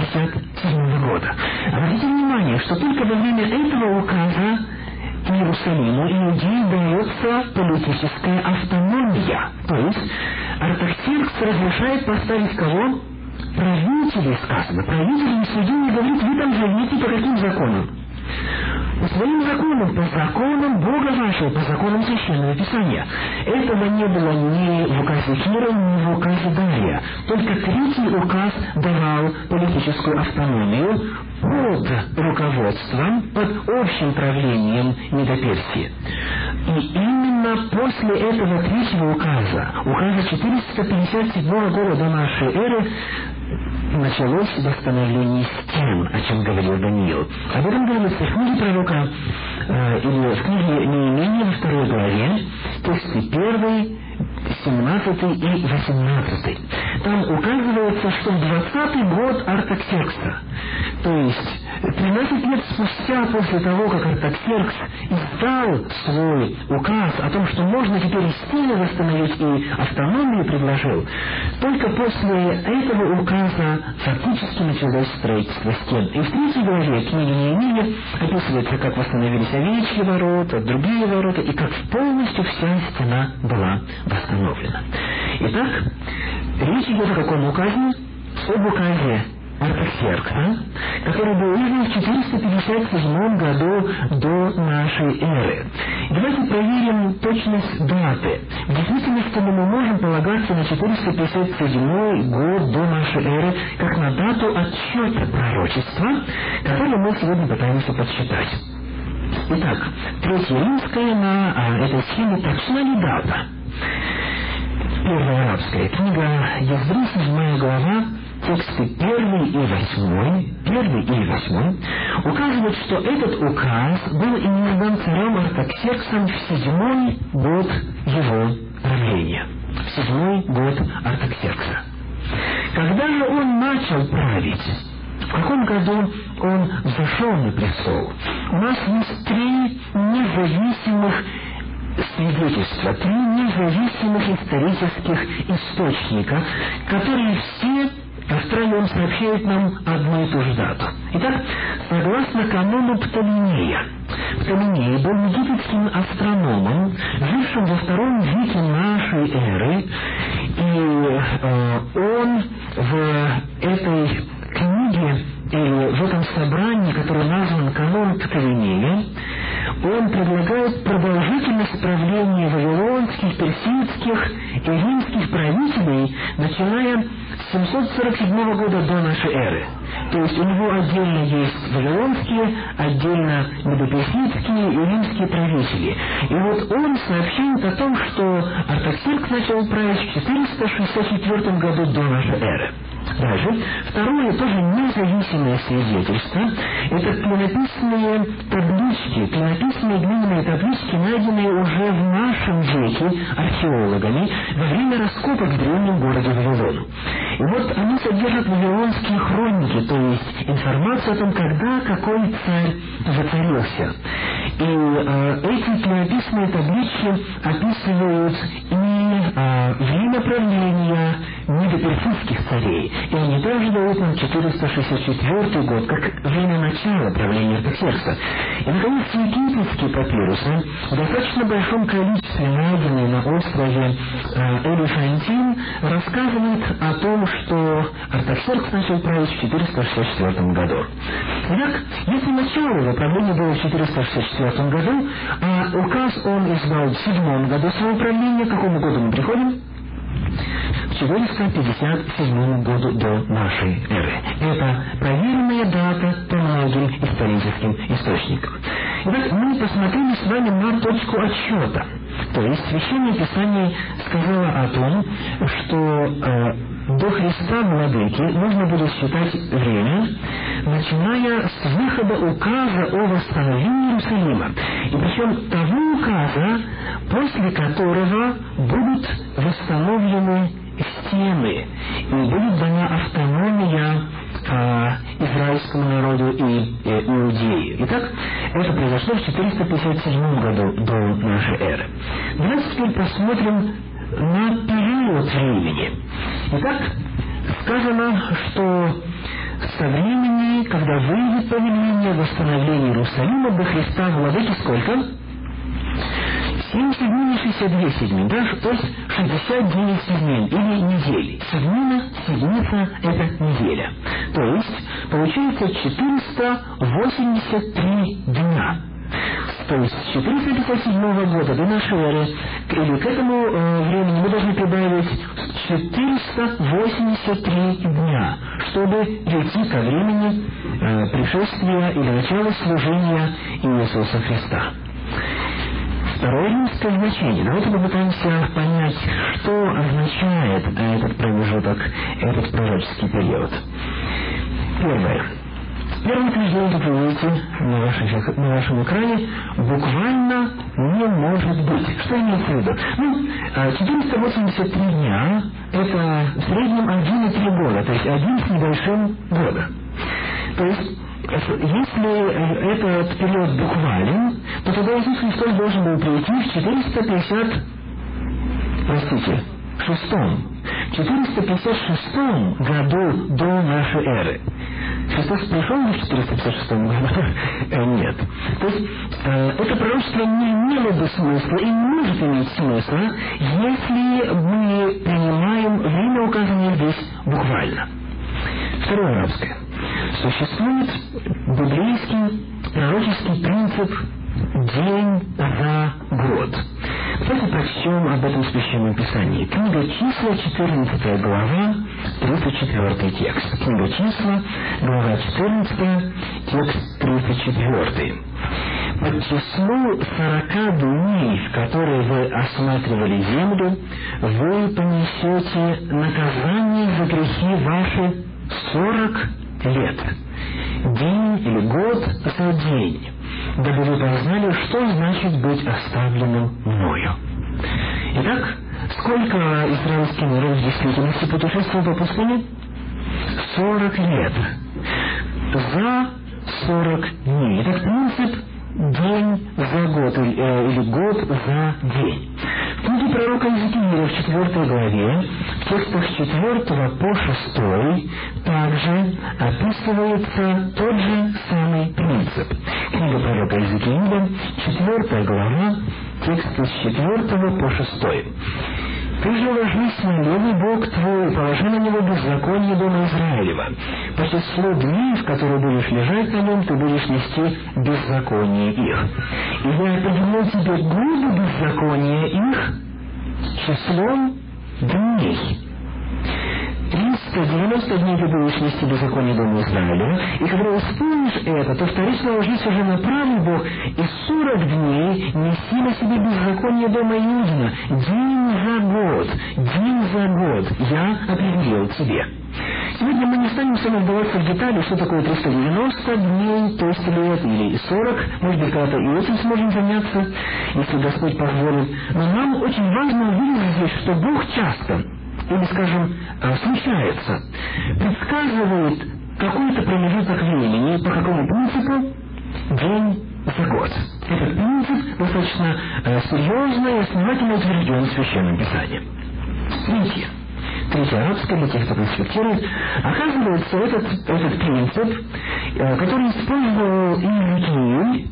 [SPEAKER 1] пятьдесят седьмого года. Обратите внимание, что только во время этого указа Иерусалиму Иудеи дается политическая автономия. То есть Артаксеркс разрешает поставить кого? Правителей, сказано. Правителей судей, говорит, вы там живите по каким законам? По своим законам, по законам Бога вашего, по законам Священного Писания. Этого не было ни в указе Кира, ни в указе Дария. Только третий указ давал политическую автономию под руководством, под общим правлением Медоперсии. И именно после этого третьего указа, указа четыреста пятьдесят седьмого года до нашей эры, началось восстановление стен, о чем говорил Даниил. Об этом говорится в книге пророка, э, или в книге Неемии во второй главе, тексты первый, семнадцатый и восемнадцатый. Там указывается, что в двадцатый год Артаксеркса, то есть тринадцать лет спустя после того, как Артаксеркс издал свой указ о том, что можно теперь и стены восстановить, и автономию предложил, только после этого указа фактически началось строительство стен. И в третьей главе книги Неемии описывается, как восстановились овечьи ворота, другие ворота, и как полностью вся стена была восстановлена. Итак, речь идет о каком указе? Об указе Артаксеркса, который был издан в четыреста пятьдесят седьмом году до нашей эры. Давайте проверим точность даты. В действительности мы можем полагаться на четыреста пятьдесят седьмой год до нашей эры, как на дату отсчета пророчества, которую мы сегодня пытаемся подсчитать. Итак, Третья Римская на а, этой схеме точна ли дата? Первая арабская книга Ездры, седьмая глава, тексты первый и восьмой, первый и восьмой, указывают, что этот указ был издан царем Артаксерксом в седьмой год его правления. В седьмой год Артаксеркса. Когда же он начал править? В каком году он взошел на престол? У нас есть три независимых свидетельства, три независимых исторических источника, которые все втроем сообщают нам одну и ту же дату. Итак, согласно канону Птолемея, Птолемей был египетским астрономом, жившим во втором веке нашей эры, и э, он в этой книге, или в этом собрании, которое названо канон Птолемея, он предлагает продолжительность правления вавилонских, персидских и римских правителей, начиная с семьсот сорок седьмого года до нашей эры. То есть у него отдельно есть вавилонские, отдельно медоперсидские и римские правители. И вот он сообщает о том, что Артаксеркс начал править в четыреста шестьдесят четвёртом году до нашей эры. Дальше. Второе, тоже независимое свидетельство, это клинописные таблички, клинописные глиняные таблички, найденные уже в нашем веке археологами во время раскопок в древнем городе Вавилон. И вот они содержат вавилонские хроники, то есть информацию о том, когда какой царь воцарился. И э, эти клинописные таблички описывают и э, время правления медоперсидских царей. И они тоже дают нам четыреста шестьдесят четвёртый год, как время начала правления Артаксеркса. И, наконец, египетские папирусы в достаточно большом количестве, найденные на острове э, Элефантин, рассказывают о том, что Артаксеркс начал править в четыреста шестьдесят четвёртом году. Итак, если начало его правления было в четыреста шестьдесят четвёртом году, а указ он издал в седьмом году своего правления, к какому году мы приходим? К четыреста пятьдесят седьмому году до нашей эры. Это проверенная дата по многим историческим источникам. Итак, мы посмотрели с вами на точку отсчета. То есть Священное Писание сказало о том, что э, до Христа Владыки нужно будет считать время, начиная с выхода указа о восстановлении Иерусалима. И причем того указа, после которого будут восстановлены стены, и будет дана автономия а, израильскому народу и э, Иудеи. Итак, это произошло в четыреста пятьдесят седьмом году до нашей эры. Давайте теперь посмотрим на период времени. Итак, сказано, что со времени, когда выйдет повеление восстановления Иерусалима до Христа владыки сколько? Семь седьмин и шестьдесят две седьмин, да? То есть шестьдесят девять седьмин или недель. Седьмина, седмица – это неделя. То есть получается четыреста восемьдесят три дня. То есть с четыреста пятьдесят седьмого года до нашей эры, или к этому э, времени мы должны прибавить четыреста восемьдесят три дня, чтобы прийти ко времени э, пришествия или начала служения Иисуса Христа. Второе римское значение. Давайте попытаемся понять, что означает этот промежуток, этот пророческий период. Первое. Первое утверждение, как вы видите на, ваших, на вашем экране, буквально не может быть. Что имеется в виду? Ну, четыреста восемьдесят три дня – это в среднем один и три года, то есть один с небольшим года. То есть, если этот период буквален, то тогда Иисус Христос должен был прийти в четыреста пятьдесят, простите, шестом, четыреста пятьдесят шестом году до нашей эры. Христос пришел в четыреста пятьдесят шестом году? Нет. То есть, э, это пророчество не имело бы смысла и не может иметь смысла, если мы принимаем время, указанное здесь, буквально. Второе арабское. Существует библейский пророческий принцип «день за год». Давайте прочтем об этом в Священном Писании. Книга Числа, четырнадцатая глава, тридцать четвёртый текст. Книга Числа, глава четырнадцатая, текст тридцать четвёртый. По числу сорока дней, в которые вы осматривали землю, вы понесете наказание за грехи ваши сорок лет. День или год за день, дабы вы познали, что значит быть оставленным мною. Итак, сколько израильский народ в действительности путешествовал по пустыне? Сорок лет. За сорок дней. Этот принцип день за год, или, э, или год за день. В книге пророка Иезекииля в четвёртой главе, в текстах с четвёртого по шестой, также описывается тот же самый принцип. Книга пророка Иезекииля, четвёртая глава, тексты с четвёртого по шестой. «Ты же ложись на левый бок твой, положи на него беззаконие дома Израилева. По числу дней, в которые будешь лежать на нем, ты будешь нести беззаконие их. И я определил тебе годы беззакония их числом дней. триста девяносто дней ты будешь нести беззаконие дома Израилева, и когда исполнишь это, то вторично ложись уже на правый бок, и сорок дней неси на себе беззаконие дома Иудина, день за год, день за год я определил тебе». Сегодня мы не станем с вами вдаваться в детали, что такое триста девяносто дней, то есть лет, или сорок, может быть, когда-то и этим сможем заняться, если Господь позволит. Но нам очень важно увидеть здесь, что Бог часто, или, скажем, случается, предсказывает какой-то промежуток времени, по какому принципу? День за год. Этот принцип достаточно э, серьезно и основательно утвержден в Священном Писании. Третье. Третье арабское, для тех, кто конспектирует. Оказывается, этот, этот принцип, э, который использовал Иезекииль,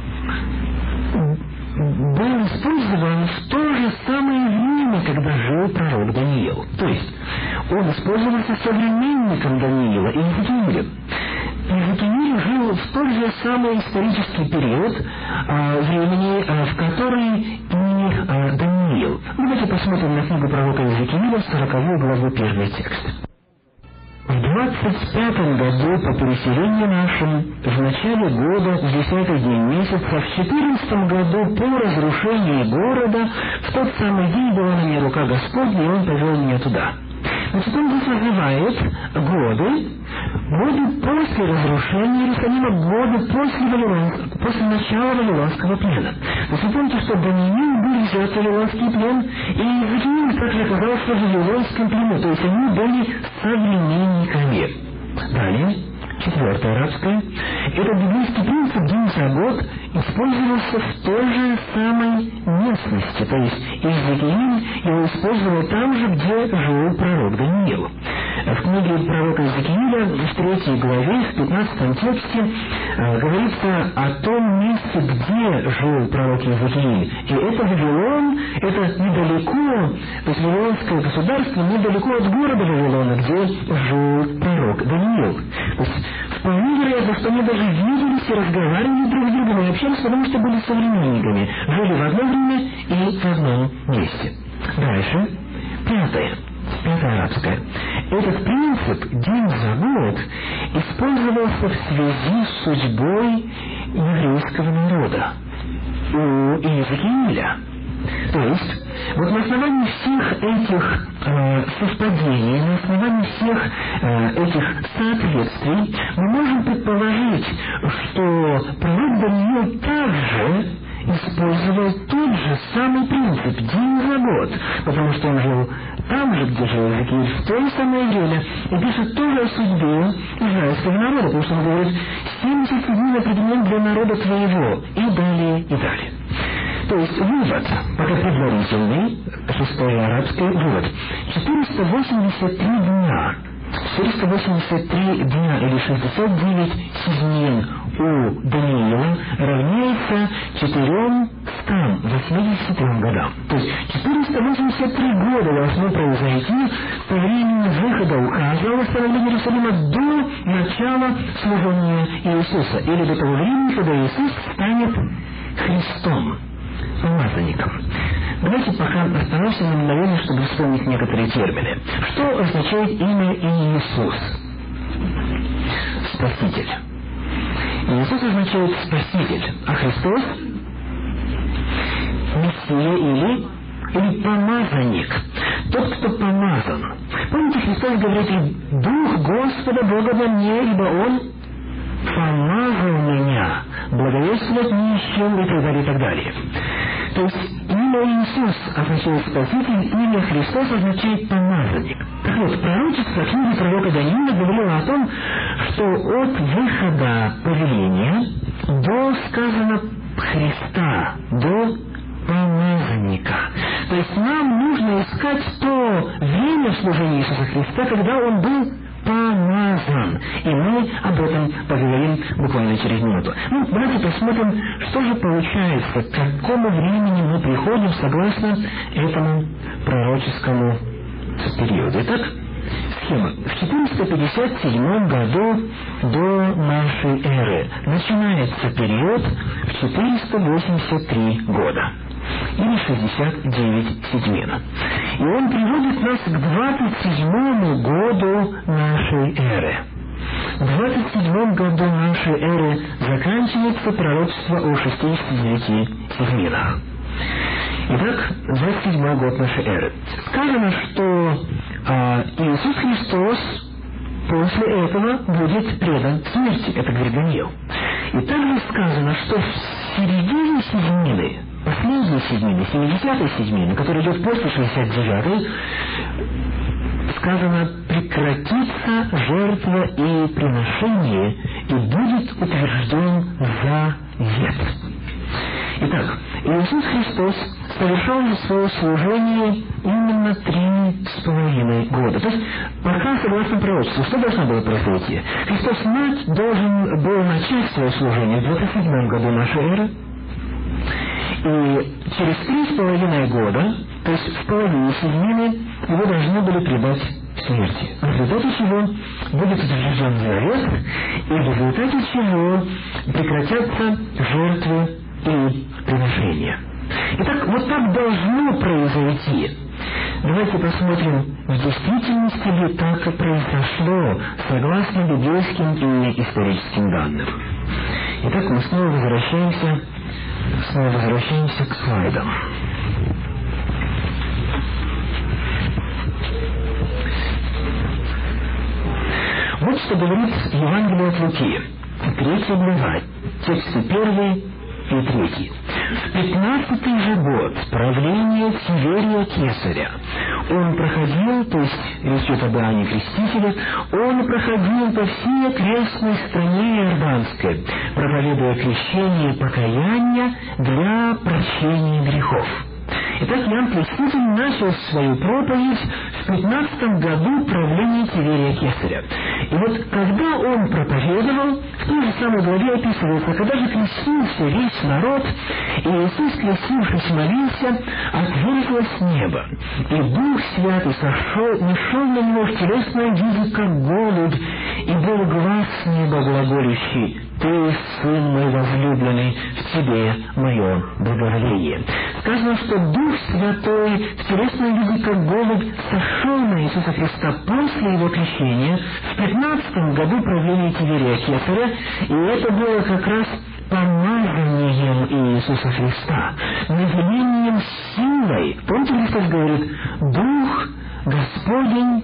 [SPEAKER 1] был использован в то же самое время, когда жил пророк Даниил. То есть, он использовался современником Даниила, Иезекиилем. Иезекииль жил в тот же самый исторический период а, времени, а, в который и а, Даниил. Давайте посмотрим на книгу пророка Иезекииля, сороковую главу, первый текст. В двадцать пятом году по переселению нашему, в начале года, в десятый день месяца, в четырнадцатом году по разрушению города, в тот самый день была на мне рука Господня, и Он повел меня туда. Значит, он здесь называет годы, годы после разрушения Иерусалима, годы после, Вавилон, после начала Вавилонского плена. То есть вы помните, что Даниил был взят в Вавилонский плен, и Иезекииль также оказался в Вавилонском плену, то есть они были современниками. Далее, четвертое арабское. Этот библейский принцип день за год использовался в той же самой местности, то есть Иезекииль его использовал там же, где жил пророк Даниил. В книге пророка Иезекииля в третьей главе, в пятнадцатом тексте, говорится о том месте, где жил пророк Иезекииль. И это Вавилон, это недалеко, то есть Вавилонское государство недалеко от города Вавилона, где жил пророк Даниил. То есть вполне вероятно, что они даже виделись и разговаривали друг с другом и общались, потому что были современниками, жили в одно время и в одном месте. Дальше. Пятое. Пятое арабское. Этот принцип «день за год» использовался в связи с судьбой еврейского народа у Иезекииля. То есть, вот на основании всех этих э, совпадений, на основании всех э, этих соответствий, мы можем предположить, что пророк Даниил также использовал тот же самый принцип «день за год», потому что он жил там же, где жил Иезекииль, в то же самое время, и пишет тоже о судьбе израильского народа, потому что он говорит «семьдесят дней определен для народа твоего», и далее, и далее. То есть вывод, пока предварительный, шестой арабский вывод, четыреста восемьдесят три дня, четыреста восемьдесят три дня или шестьдесят девять седьмин у Даниила равняется четырёмстам восьмидесяти трём годам. То есть четыреста восемьдесят три года должно произойти по времени выхода указа о восстановлении Иерусалима до начала служения Иисуса, или до того времени, когда Иисус станет Христом, помазанником. Давайте пока остановимся на мгновение, чтобы вспомнить некоторые термины. Что означает имя Иисус? Спаситель. Иисус означает Спаситель, а Христос Мессия или, или помазанник. Тот, кто помазан. Помните, Христос говорит: «Дух Господа Бога во мне, ибо Он помазал меня благовествовать нищим», и так далее, и так далее. То есть имя Иисус означает Спаситель, имя Христос означает помазанник. Так вот, пророчество книги пророка Даниила говорило о том, что от выхода повеления до, сказано, Христа, до помазанника. То есть нам нужно искать то время в служении Иисуса Христа, когда Он был помазан. И мы об этом поговорим буквально через минуту. Ну, давайте посмотрим, что же получается, к какому времени мы приходим согласно этому пророческому периоду. Итак, схема. В четыреста пятьдесят седьмом году до нашей эры начинается период в четыреста восемьдесят три года. Или шестьдесят девять седьмин. И он приводит нас к двадцать седьмому году нашей эры. В двадцать седьмом году нашей эры заканчивается пророчество о шестидесяти девяти седьминах. Итак, двадцать седьмой год нашей эры. Сказано, что а, Иисус Христос после этого будет предан смерти. Это говорит Даниил. И также сказано, что в середине седьмины, последней седьмины, семидесятой седьмины, которая идет после шестьдесят девятой, сказано: прекратится жертва и приношение, и будет утвержден завет. Итак, Иисус Христос совершал свое служение именно три с половиной года. То есть, пока, согласно пророчеству, что должно было произойти? Христос должен был начать свое служение в двадцать седьмом году нашей эры, и через три с половиной года, то есть в половине седьмины, его должны были предать смерти. В результате чего будет утвержден завет, и в результате чего прекратятся жертвы и приношения. Итак, вот так должно произойти. Давайте посмотрим, в действительности ли так и произошло, согласно библейским и историческим данным. Итак, мы снова возвращаемся, снова возвращаемся к слайдам. Вот что говорит Евангелие от Луки, третья глава, тексты первый и третий. В пятнадцатый же год правления Тиверия Кесаря он проходил, то есть речь идет об Иоанне Крестителе, он проходил по всей окрестной стране Иорданской, проповедуя крещение и покаяние для прощения грехов. Итак, Иоанн Креститель начал свою проповедь в пятнадцатом году правления Тиверия Кесаря. И вот когда он проповедовал, в той же самой главе описывается, когда же крестился весь народ, и Иисус, крестившись, молился, отверзлось небо, и Дух Святый сошел, нашел на него в телесном виде, как голубь, и был глас с неба глаголющий: «Ты, Сын мой возлюбленный, в Тебе мое благоволение». Сказано, что Дух Святой в телесном виде, как голубь, сошел на Иисуса Христа после Его крещения в пятнадцатом году правления Тиверия Кесаря, и это было как раз помазанием Иисуса Христа, наделением силой. Помните, Христос говорит: «Дух Господень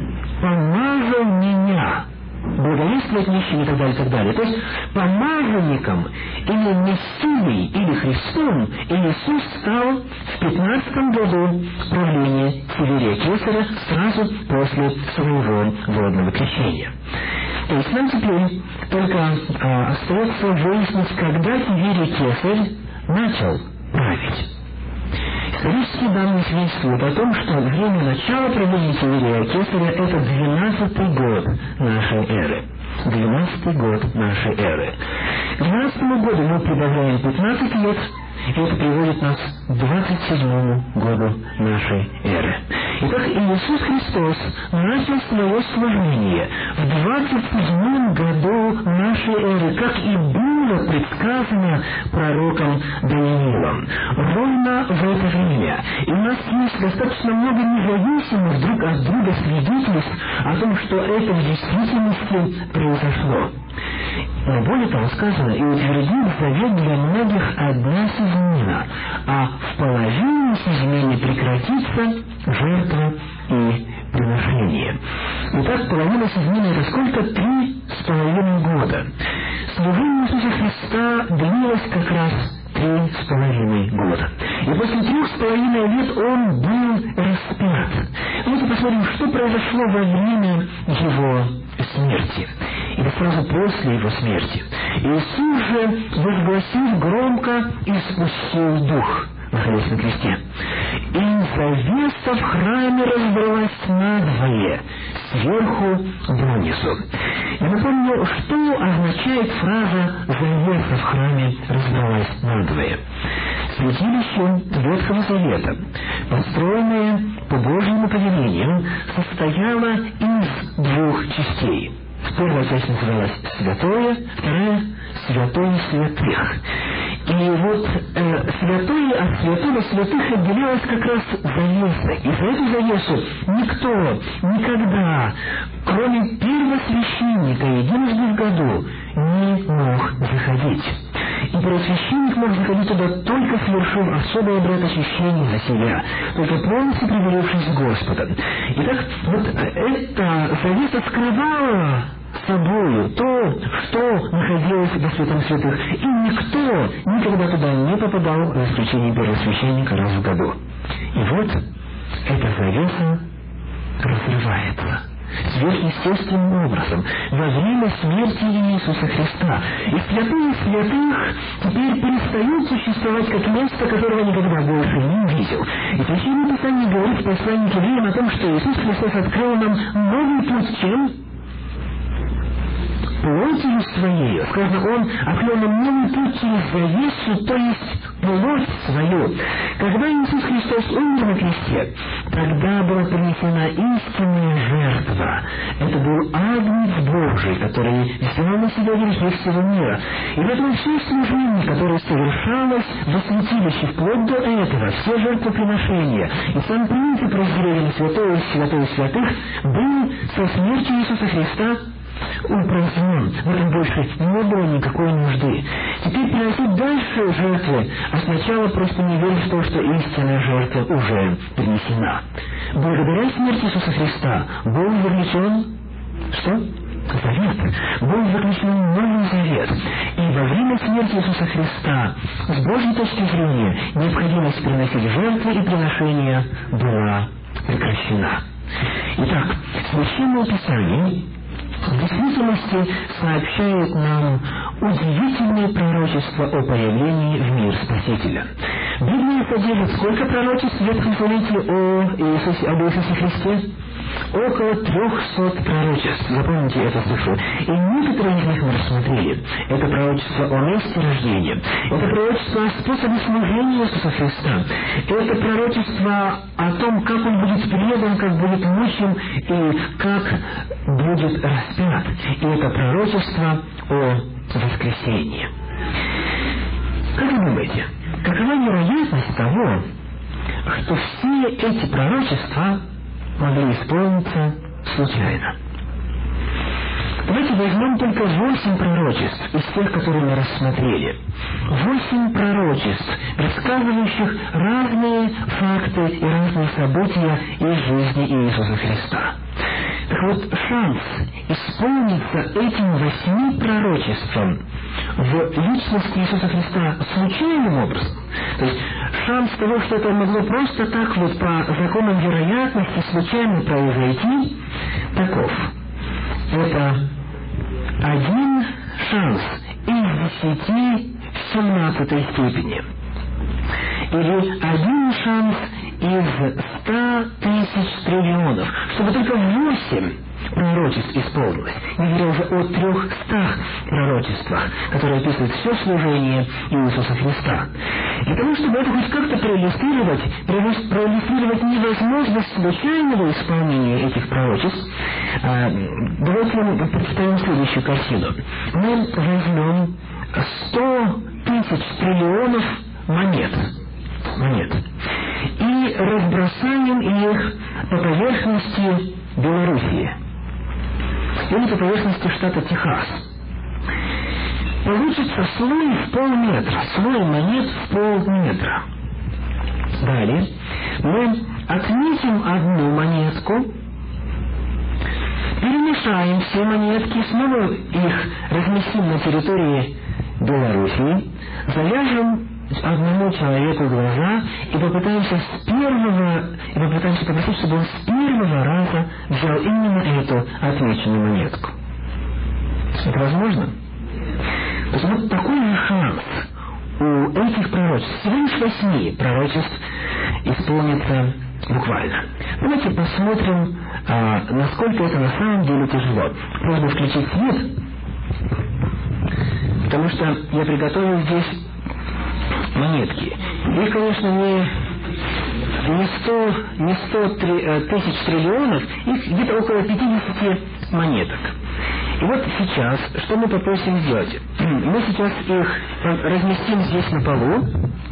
[SPEAKER 1] помазал меня благовествовать нищим» и так далее, и так далее. То есть помазанником или Мессией, или Христом Иисус стал в пятнадцатом году правления Тиверия Кесаря, сразу после своего водного крещения. То есть нам теперь только а, остается выяснить, когда Тиверий Кесарь начал править. Исторические данные свидетельствуют о том, что время начала правления Тиверия Кесаря – это двенадцатый год нашей эры. Двенадцатый год нашей эры. К двенадцатому году мы прибавляем пятнадцать лет, и это приводит нас к двадцать седьмому году нашей эры. Итак, Иисус Христос начал свое служение в двадцать седьмом году нашей эры, как и было предсказано пророком Даниилом. Ровно в это время. И у нас есть достаточно много независимых друг от друга свидетельств о том, что это в действительности произошло. Но более того сказано: «И утвердил завет для многих одна сизмина, а в половине сизмины прекратится жертва и приношение». Итак, половина сизмины — это сколько? Три с половиной года. Служение Иисуса Христа длилось как раз три с половиной года. И после трех с половиной лет он был распят. Давайте посмотрим, что произошло во время его смерти. Или сразу после его смерти. Иисус же, возгласив громко, испустил дух, находясь на кресте. И завеса в храме раздралась надвое, сверху донизу. Я напомню, что означает фраза «завеса в храме раздралась надвое». Святилище Ветхого Завета, построенное по Божьему повелению, состояло из двух частей. Первая часть называлась «святое», вторая — «святое святых». И вот э, святое от святого святых отделялось как раз завеса. И за эту завесу никто никогда, кроме первосвященника, единожды в году, не мог заходить. И первосвященник мог заходить туда, только совершив особый обряд очищения за себя, только полностью примирившись с Господом. Итак, вот эта завеса скрывала собою то, что находилось во святом святых, и никто никогда туда не попадал, за исключением первосвященника, раз в году. И вот эта завеса разрывается сверхъестественным образом во время смерти Иисуса Христа. И святые святых теперь перестают существовать как место, которого никогда больше не увидел. И Священное Писание говорит в послании к евреям о том, что Иисус Христос открыл нам новый путь. Чем? Плотью своей. Сказано, Он открыл нам новый путь через завесу, то есть плоть свою. Когда Иисус Христос умер на кресте, тогда была принесена истинная жертва. Это был Агнец Божий, который взял на себя грехи всего мира. И поэтому все служение, которое совершалось во святилище, вплоть до этого, все жертвоприношения и сам принцип разделения на святое и святое святых был со смертью Иисуса Христа упразднен. В этом больше не было никакой нужды. Теперь приносить дальше жертвы, а сначала просто не верить в то, что истинная жертва уже принесена. Благодаря смерти Иисуса Христа был заключен что? Завет. Был заключен новый завет. И во время смерти Иисуса Христа, с Божьей точки зрения, необходимость приносить жертвы и приношения была прекращена. Итак, Священное Писание в действительности сообщает нам удивительное пророчество о появлении в мир Спасителя. Библия содержит сколько пророчеств в Ветхом Завете о Иисусе, об Иисусе Христе? Около трехсот пророчеств. Запомните эту цифру. И некоторые из них мы рассмотрели. Это пророчество о месте рождения. Это пророчество о способе служения Иисуса Христа. Это пророчество о том, как Он будет предан, как будет мучим и как будет распят. И это пророчество о воскресении. Как вы думаете, какова вероятность того, что все эти пророчества могли исполниться случайно? Давайте возьмем только восемь пророчеств из тех, которые мы рассмотрели. Восемь пророчеств, рассказывающих разные факты и разные события из жизни Иисуса Христа. Так вот, шанс исполниться этим восьми пророчеством в личности Иисуса Христа случайным образом, то есть шанс того, что это могло просто так вот по законам вероятности случайно произойти, таков. Это один шанс из десяти в семнадцатой степени. Или один шанс из ста тысяч триллионов, чтобы только восемь пророчеств исполнилось. Не говоря уже о трехстах пророчествах, которые описывают все служение Иисуса Христа. Для того, чтобы это хоть как-то проиллюстрировать, проиллюстрировать невозможность случайного исполнения этих пророчеств, давайте мы представим следующую картину. Мы возьмем сто тысяч триллионов монет, монет и разбросаем их по поверхности Белоруссии или по поверхности штата Техас. Получится слой в полметра, слой монет в полметра. Далее мы отметим одну монетку, перемешаем все монетки, снова их разместим на территории Белоруссии, завяжем одному человеку глаза и попытаемся с первого, и попытаемся попросить, чтобы он с первого раза взял именно эту отмеченную монетку. Это возможно? То есть вот такой же шанс у этих пророчеств, всего лишь восьми пророчеств, исполнится буквально. Давайте посмотрим, а, насколько это на самом деле тяжело. Можно включить свет, потому что я приготовил здесь монетки. Их, конечно, не, не сто, не сто тысяч триллионов, их где-то около пятидесяти монеток. И вот сейчас, что мы попросим сделать? Мы сейчас их разместим здесь на полу,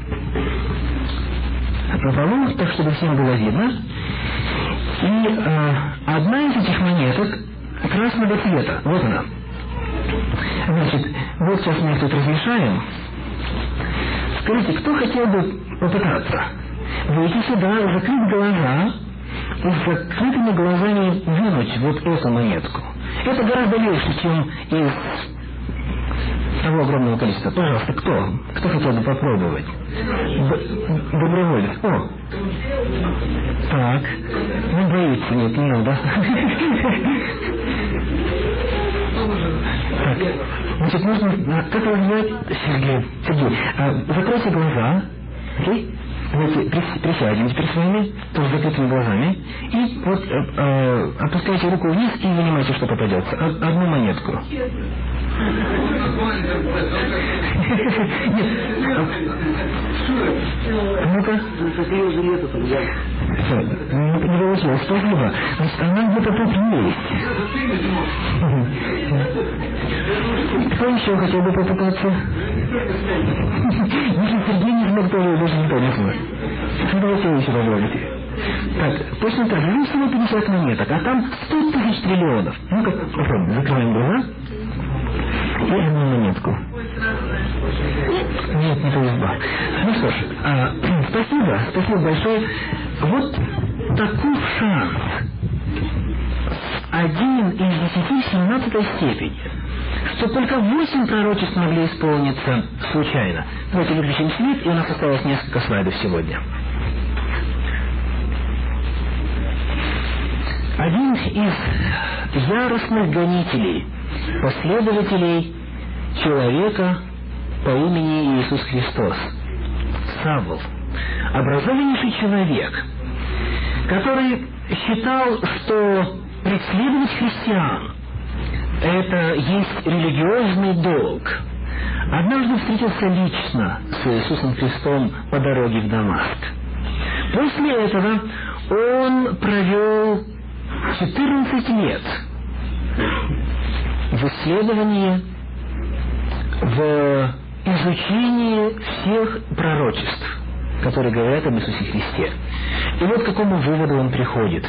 [SPEAKER 1] на полу, так, чтобы всем было видно. И э, одна из этих монеток красного цвета, вот она. Значит, вот сейчас мы их тут размешаем. Скажите, кто хотел бы попытаться выйти сюда, закрыть глаза и с закрытыми глазами вынуть вот эту монетку? Это гораздо легче, чем из того огромного количества. Пожалуйста, кто? Кто хотел бы попробовать? Доброволец. О! Так. Ну, боится. Нет, не надо. Так. Значит, нужно... Как его звать? Сергей. Сергей. А, закройте глаза. Окей? Давайте присядем теперь с вами, тоже с закрытыми глазами. И вот э, э, опускайте руку вниз и занимайте, что попадется. Одну монетку. Нет. Ну-ка. Не получилось. Спасибо. Она где-то тут есть. Кто еще хотел бы попытаться? Если Сергей не смог, то даже никто не смог. Давайте вы еще попробуйте. Так, точно так же. Всего пятьдесят монеток, а там сто тысяч триллионов. Ну-ка, попробуем. Закрываем глаза. И одну монетку. Нет, не повезло. Ну что ж, а, спасибо, спасибо большое. Вот такой шанс. Один из десяти в семнадцатой степени. Что только восемь пророчеств могли исполниться случайно. Давайте выключим свет, и у нас осталось несколько слайдов сегодня. Один из яростных гонителей, последователей человека по имени Иисус Христос, Савл, образованнейший человек, который считал, что преследовать христиан – это есть религиозный долг, однажды встретился лично с Иисусом Христом по дороге в Дамаск. После этого он провел четырнадцать лет в исследовании, в изучении всех пророчеств, которые говорят об Иисусе Христе. И вот к какому выводу он приходит.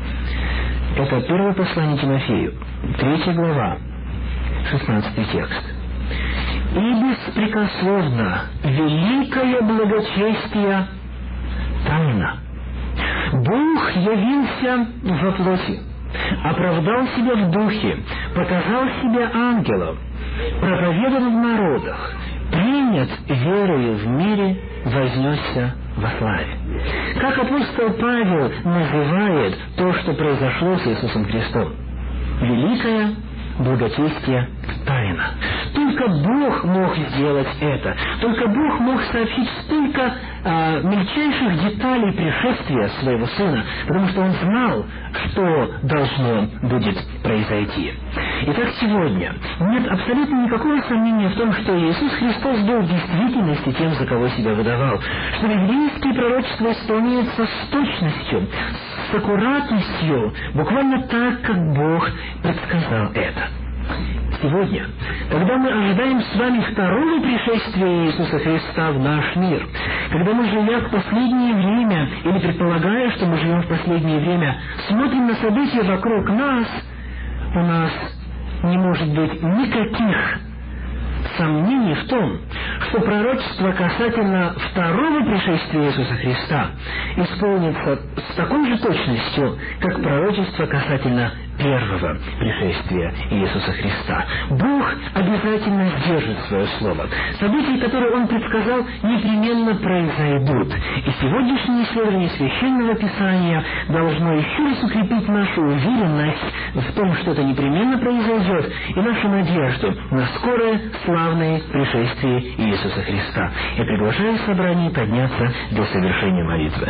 [SPEAKER 1] Это первое послание Тимофею, третья глава, шестнадцатый текст. «И беспрекословно великое благочестие тайна. Бог явился во плоти, оправдал себя в духе, показал себя ангелом, проповедан в народах, принят верою в мире, вознесся во славе». Как апостол Павел называет то, что произошло с Иисусом Христом? Великое благочестие тайна. Только Бог мог сделать это. Только Бог мог сообщить столько а, мельчайших деталей пришествия своего Сына, потому что Он знал, что должно будет произойти. Итак, сегодня нет абсолютно никакого сомнения в том, что Иисус Христос был в действительности тем, за кого себя выдавал, что библейские пророчества исполняются с точностью, с аккуратностью, буквально так, как Бог предсказал это. Сегодня, когда мы ожидаем с вами второго пришествия Иисуса Христа в наш мир, когда мы, живя в последнее время, или предполагая, что мы живем в последнее время, смотрим на события вокруг нас, у нас не может быть никаких сомнений в том, что пророчество касательно второго пришествия Иисуса Христа исполнится с такой же точностью, как пророчество касательно первого пришествия Иисуса Христа. Бог обязательно сдержит свое слово. События, которые Он предсказал, непременно произойдут. И сегодняшнее исследование Священного Писания должно еще раз укрепить нашу уверенность в том, что это непременно произойдет, и нашу надежду на скорое славное пришествие Иисуса Христа. Я приглашаю собрание подняться для совершения молитвы.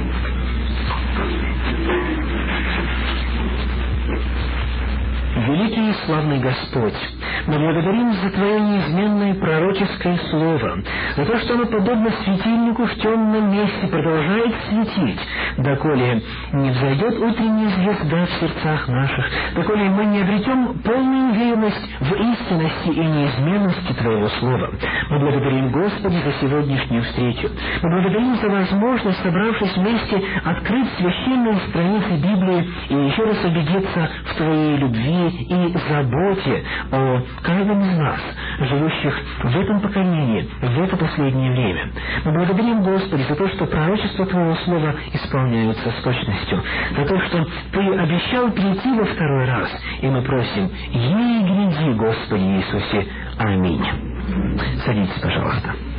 [SPEAKER 1] Великий и славный Господь, мы благодарим за Твое неизменное пророческое слово, за то, что оно, подобно светильнику в темном месте, продолжает светить, доколе не взойдет утренняя звезда в сердцах наших, доколе мы не обретем полную уверенность в истинности и неизменности Твоего слова. Мы благодарим, Господи, за сегодняшнюю встречу. Мы благодарим за возможность, собравшись вместе, открыть священные страницы Библии и еще раз убедиться в Твоей любви и заботе о каждом из нас, живущих в этом поколении, в это последнее время. Мы благодарим, Господи, за то, что пророчества Твоего Слова исполняются с точностью, за то, что Ты обещал прийти во второй раз, и мы просим: «Ей гряди, Господи Иисусе». Аминь. Садитесь, пожалуйста.